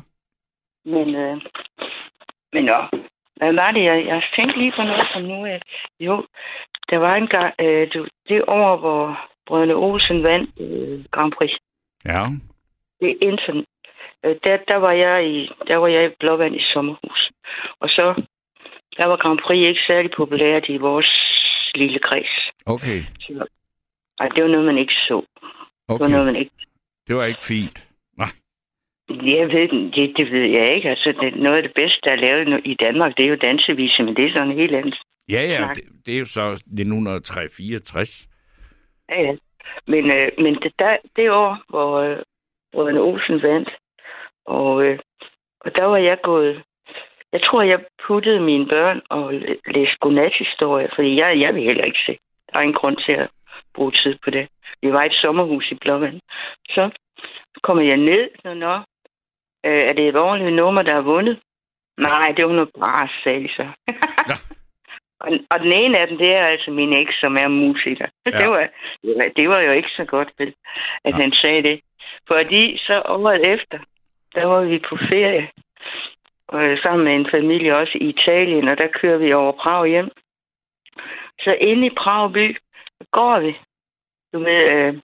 Speaker 7: Men hvad var det? Jeg tænkte lige på noget som nu. Jo, der var en gang... det år, hvor Brødrene Olsen vandt Grand Prix.
Speaker 3: Ja.
Speaker 7: Det der var jeg i Blåvand i sommerhus. Og så... Der var Grand Prix ikke særlig populært i vores lille kreds. Okay. Så, det var noget, man ikke så.
Speaker 3: Okay. Det var ikke fint. Nej.
Speaker 7: Jeg ved, det ved jeg ikke. Altså, noget af det bedste, der er lavet i Danmark, det er jo dansevise, men det er sådan helt andet.
Speaker 3: Ja, det er jo så 1964.
Speaker 7: Ja. Men det år, hvor Brødrene Olsen vandt, og der var jeg gået... Jeg tror, jeg puttede mine børn og læste godnathistorie, fordi jeg vil heller ikke se. Der er ingen grund til at bruge tid på det. Vi var i et sommerhus i Blåvand. Så kommer jeg ned, og er det et ordentligt nummer, der er vundet? Nej, det var noget bras, sagde de så. Og den ene af dem, det er altså min eks, som er musiker. Ja. Det var jo ikke så godt, vel, at han sagde det. Fordi så året efter, der var vi på ferie. Sammen med en familie også i Italien, og der kører vi over Prag hjem. Så inde i Prag by går vi. Du ved,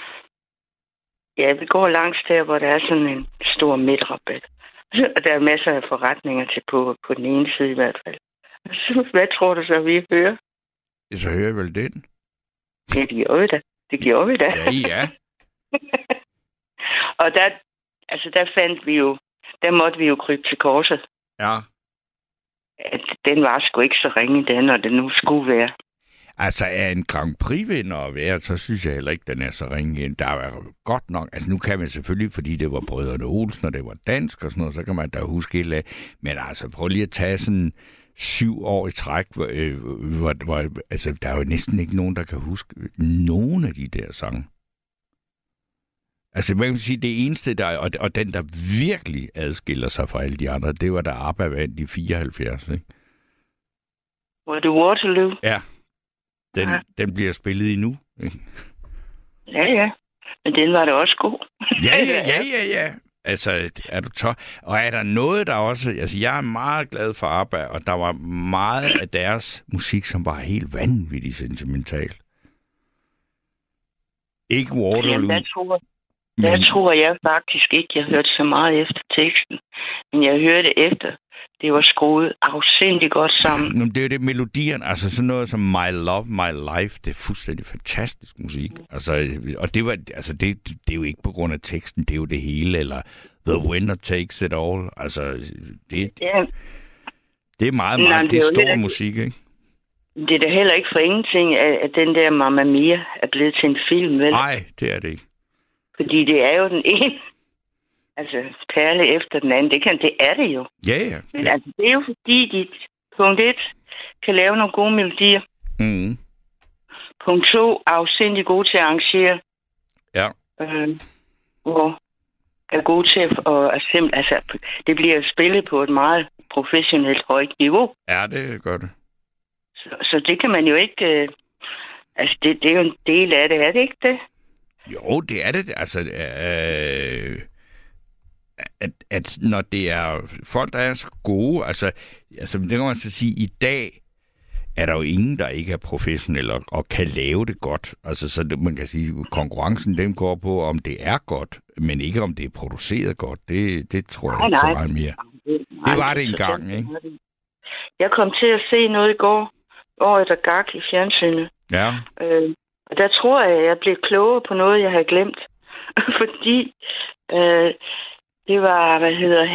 Speaker 7: vi går langs der, hvor der er sådan en stor midtrabat. Og der er masser af forretninger til på den ene side i hvert fald. Så hvad tror du så, vi hører?
Speaker 3: Så hører jeg vel den.
Speaker 7: Ja, det gjorde vi da.
Speaker 3: Ja.
Speaker 7: Og der måtte vi jo krybe til korset.
Speaker 3: Ja.
Speaker 7: At den var sgu ikke så ringe, den, og den nu skulle være.
Speaker 3: Altså, er en Grand Prix-vinder at være, så synes jeg heller ikke, den er så ringe. Der er godt nok... Altså, nu kan man selvfølgelig, fordi det var Brødrene Olsen, og det var dansk og sådan noget, så kan man da huske helt af. Men altså, prøv lige at tage sådan 7 år i træk, hvor altså, der er jo næsten ikke nogen, der kan huske nogen af de der sange. Altså, man kan sige, det eneste, og den, der virkelig adskiller sig fra alle de andre, det var da ABBA vandt i 74, ikke?
Speaker 7: Var det Waterloo?
Speaker 3: Ja. Den bliver spillet endnu, ikke?
Speaker 7: Ja. Men den var da også god.
Speaker 3: Ja. Altså, er du og er der noget, der også... Altså, jeg er meget glad for ABBA, og der var meget af deres musik, som var helt vanvittigt sentimental. Ikke Waterloo.
Speaker 7: Der tror jeg faktisk ikke, jeg hørte så meget efter teksten. Men jeg hørte efter. Det var skruet afsindigt godt sammen.
Speaker 3: Nå, det er jo det melodien, altså sådan noget som My Love, My Life, det er fuldstændig fantastisk musik. Altså, og det var, altså det er jo ikke på grund af teksten, det er jo det hele, eller The Winner Takes It All. Altså, det er meget, det er stor musik, ikke?
Speaker 7: Det er da heller ikke for ingenting, at den der Mamma Mia er blevet til en film, vel?
Speaker 3: Nej, det er det ikke.
Speaker 7: Fordi det er jo den ene, altså perle efter den anden, det er det jo.
Speaker 3: Ja.
Speaker 7: Men altså, det er jo fordi, de punkt 1 kan lave nogle gode melodier.
Speaker 3: Mm.
Speaker 7: Punkt 2 er afsindig gode til at arrangere.
Speaker 3: Ja.
Speaker 7: Og er gode til altså, det bliver spillet på et meget professionelt højt niveau.
Speaker 3: Ja, det gør det.
Speaker 7: Så det kan man jo ikke... altså, det er jo en del af det, er det ikke det?
Speaker 3: Jo, det er det. Altså, at når det er folk, der er så gode, altså det kan man så sige, i dag er der jo ingen, der ikke er professionelle og kan lave det godt. Altså, så man kan sige, konkurrencen, den går på, om det er godt, men ikke om det er produceret godt. Det tror jeg ikke så meget mere. Det var det engang, ikke?
Speaker 7: Jeg kom til at se noget i går, året der gak i fjernsynet.
Speaker 3: Ja.
Speaker 7: Og der tror jeg blev klogere på noget, jeg havde glemt. Fordi det var, hvad hedder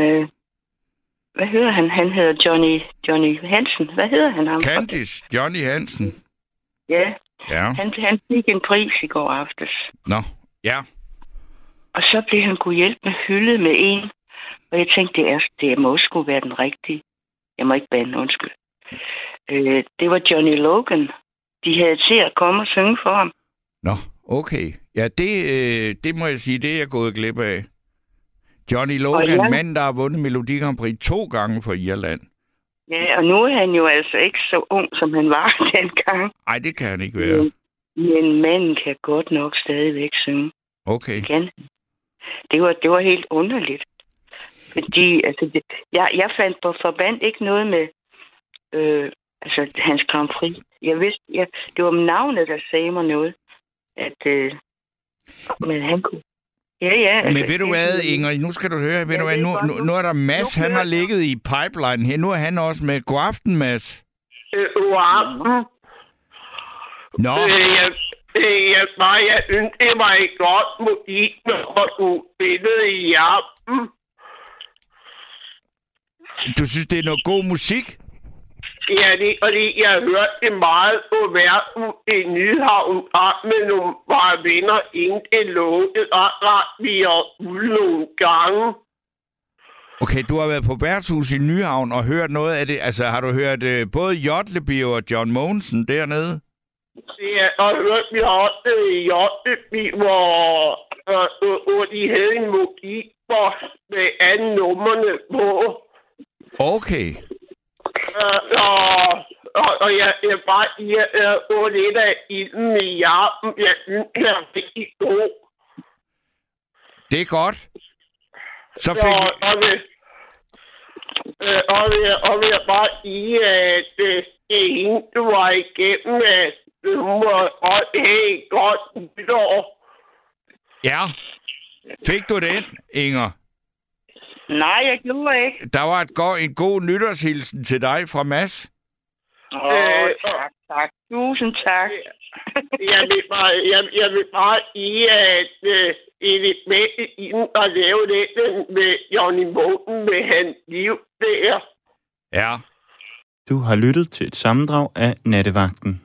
Speaker 7: han? Han hedder Johnny Hansen. Hvad hedder han?
Speaker 3: Candice Johnny Hansen.
Speaker 7: Ja. Han fik en pris i går aftes.
Speaker 3: Nå, ja.
Speaker 7: Og så blev han kunne hjælpe med hyldet med en. Og jeg tænkte, det må sgu være den rigtige. Jeg må ikke bande, undskyld. Det var Johnny Logan. De havde til at komme og synge for ham.
Speaker 3: Nå, okay. Ja, det må jeg sige, det er jeg gået glip af. Johnny Logan, mand, der har vundet Melodi Grand Prix 2 gange for Irland.
Speaker 7: Ja, og nu er han jo altså ikke så ung, som han var dengang.
Speaker 3: Nej, det kan han ikke være.
Speaker 7: Men manden kan godt nok stadigvæk synge.
Speaker 3: Okay.
Speaker 7: Det var helt underligt. Fordi, altså, jeg fandt på forbandt ikke noget med hans Grand Prix. Jeg vidste, det var navnet, der sagde mig noget. Men han kunne... Ja.
Speaker 3: Men ved du hvad, Inger, nu skal du høre, nu er der Mads, han har ligget i pipeline her. Nu er han også med. God aften, Mads.
Speaker 8: God aften.
Speaker 3: Nå.
Speaker 8: Jeg synes, det var et godt musik, når du spillede i aften.
Speaker 3: Du synes, det er noget god musik?
Speaker 8: Ja, fordi jeg hørte det meget på verden i Nyhavn med nogle bare venner, inden det lukkede, og vi er ude nogle gange.
Speaker 3: Okay, du har været på værtshus i Nyhavn og hørt noget af det. Altså, har du hørt både Jotleby og John Mogensen dernede?
Speaker 8: Ja, og hørt vi også Jotleby, hvor de havde en mobilboks med alle numrene på.
Speaker 3: Okay.
Speaker 8: og jeg bare gå lidt af ilden i hjerten. Jeg synes, det er rigtig god.
Speaker 3: Det er godt. Så fik...
Speaker 8: Og vil jeg bare sige, at det ene, du var igennem, at du må have godt nytår.
Speaker 3: Ja. Fik du den, Inger?
Speaker 7: Nej, jeg gjorde ikke.
Speaker 3: Der var en god nytårshilsen til dig fra Mads.
Speaker 7: Tak. Tusind tak.
Speaker 8: Jeg vil bare sige, at det er lidt med inden at lave det med Johnny Moten med hans liv der.
Speaker 3: Ja.
Speaker 9: Du har lyttet til et sammendrag af Nattevagten.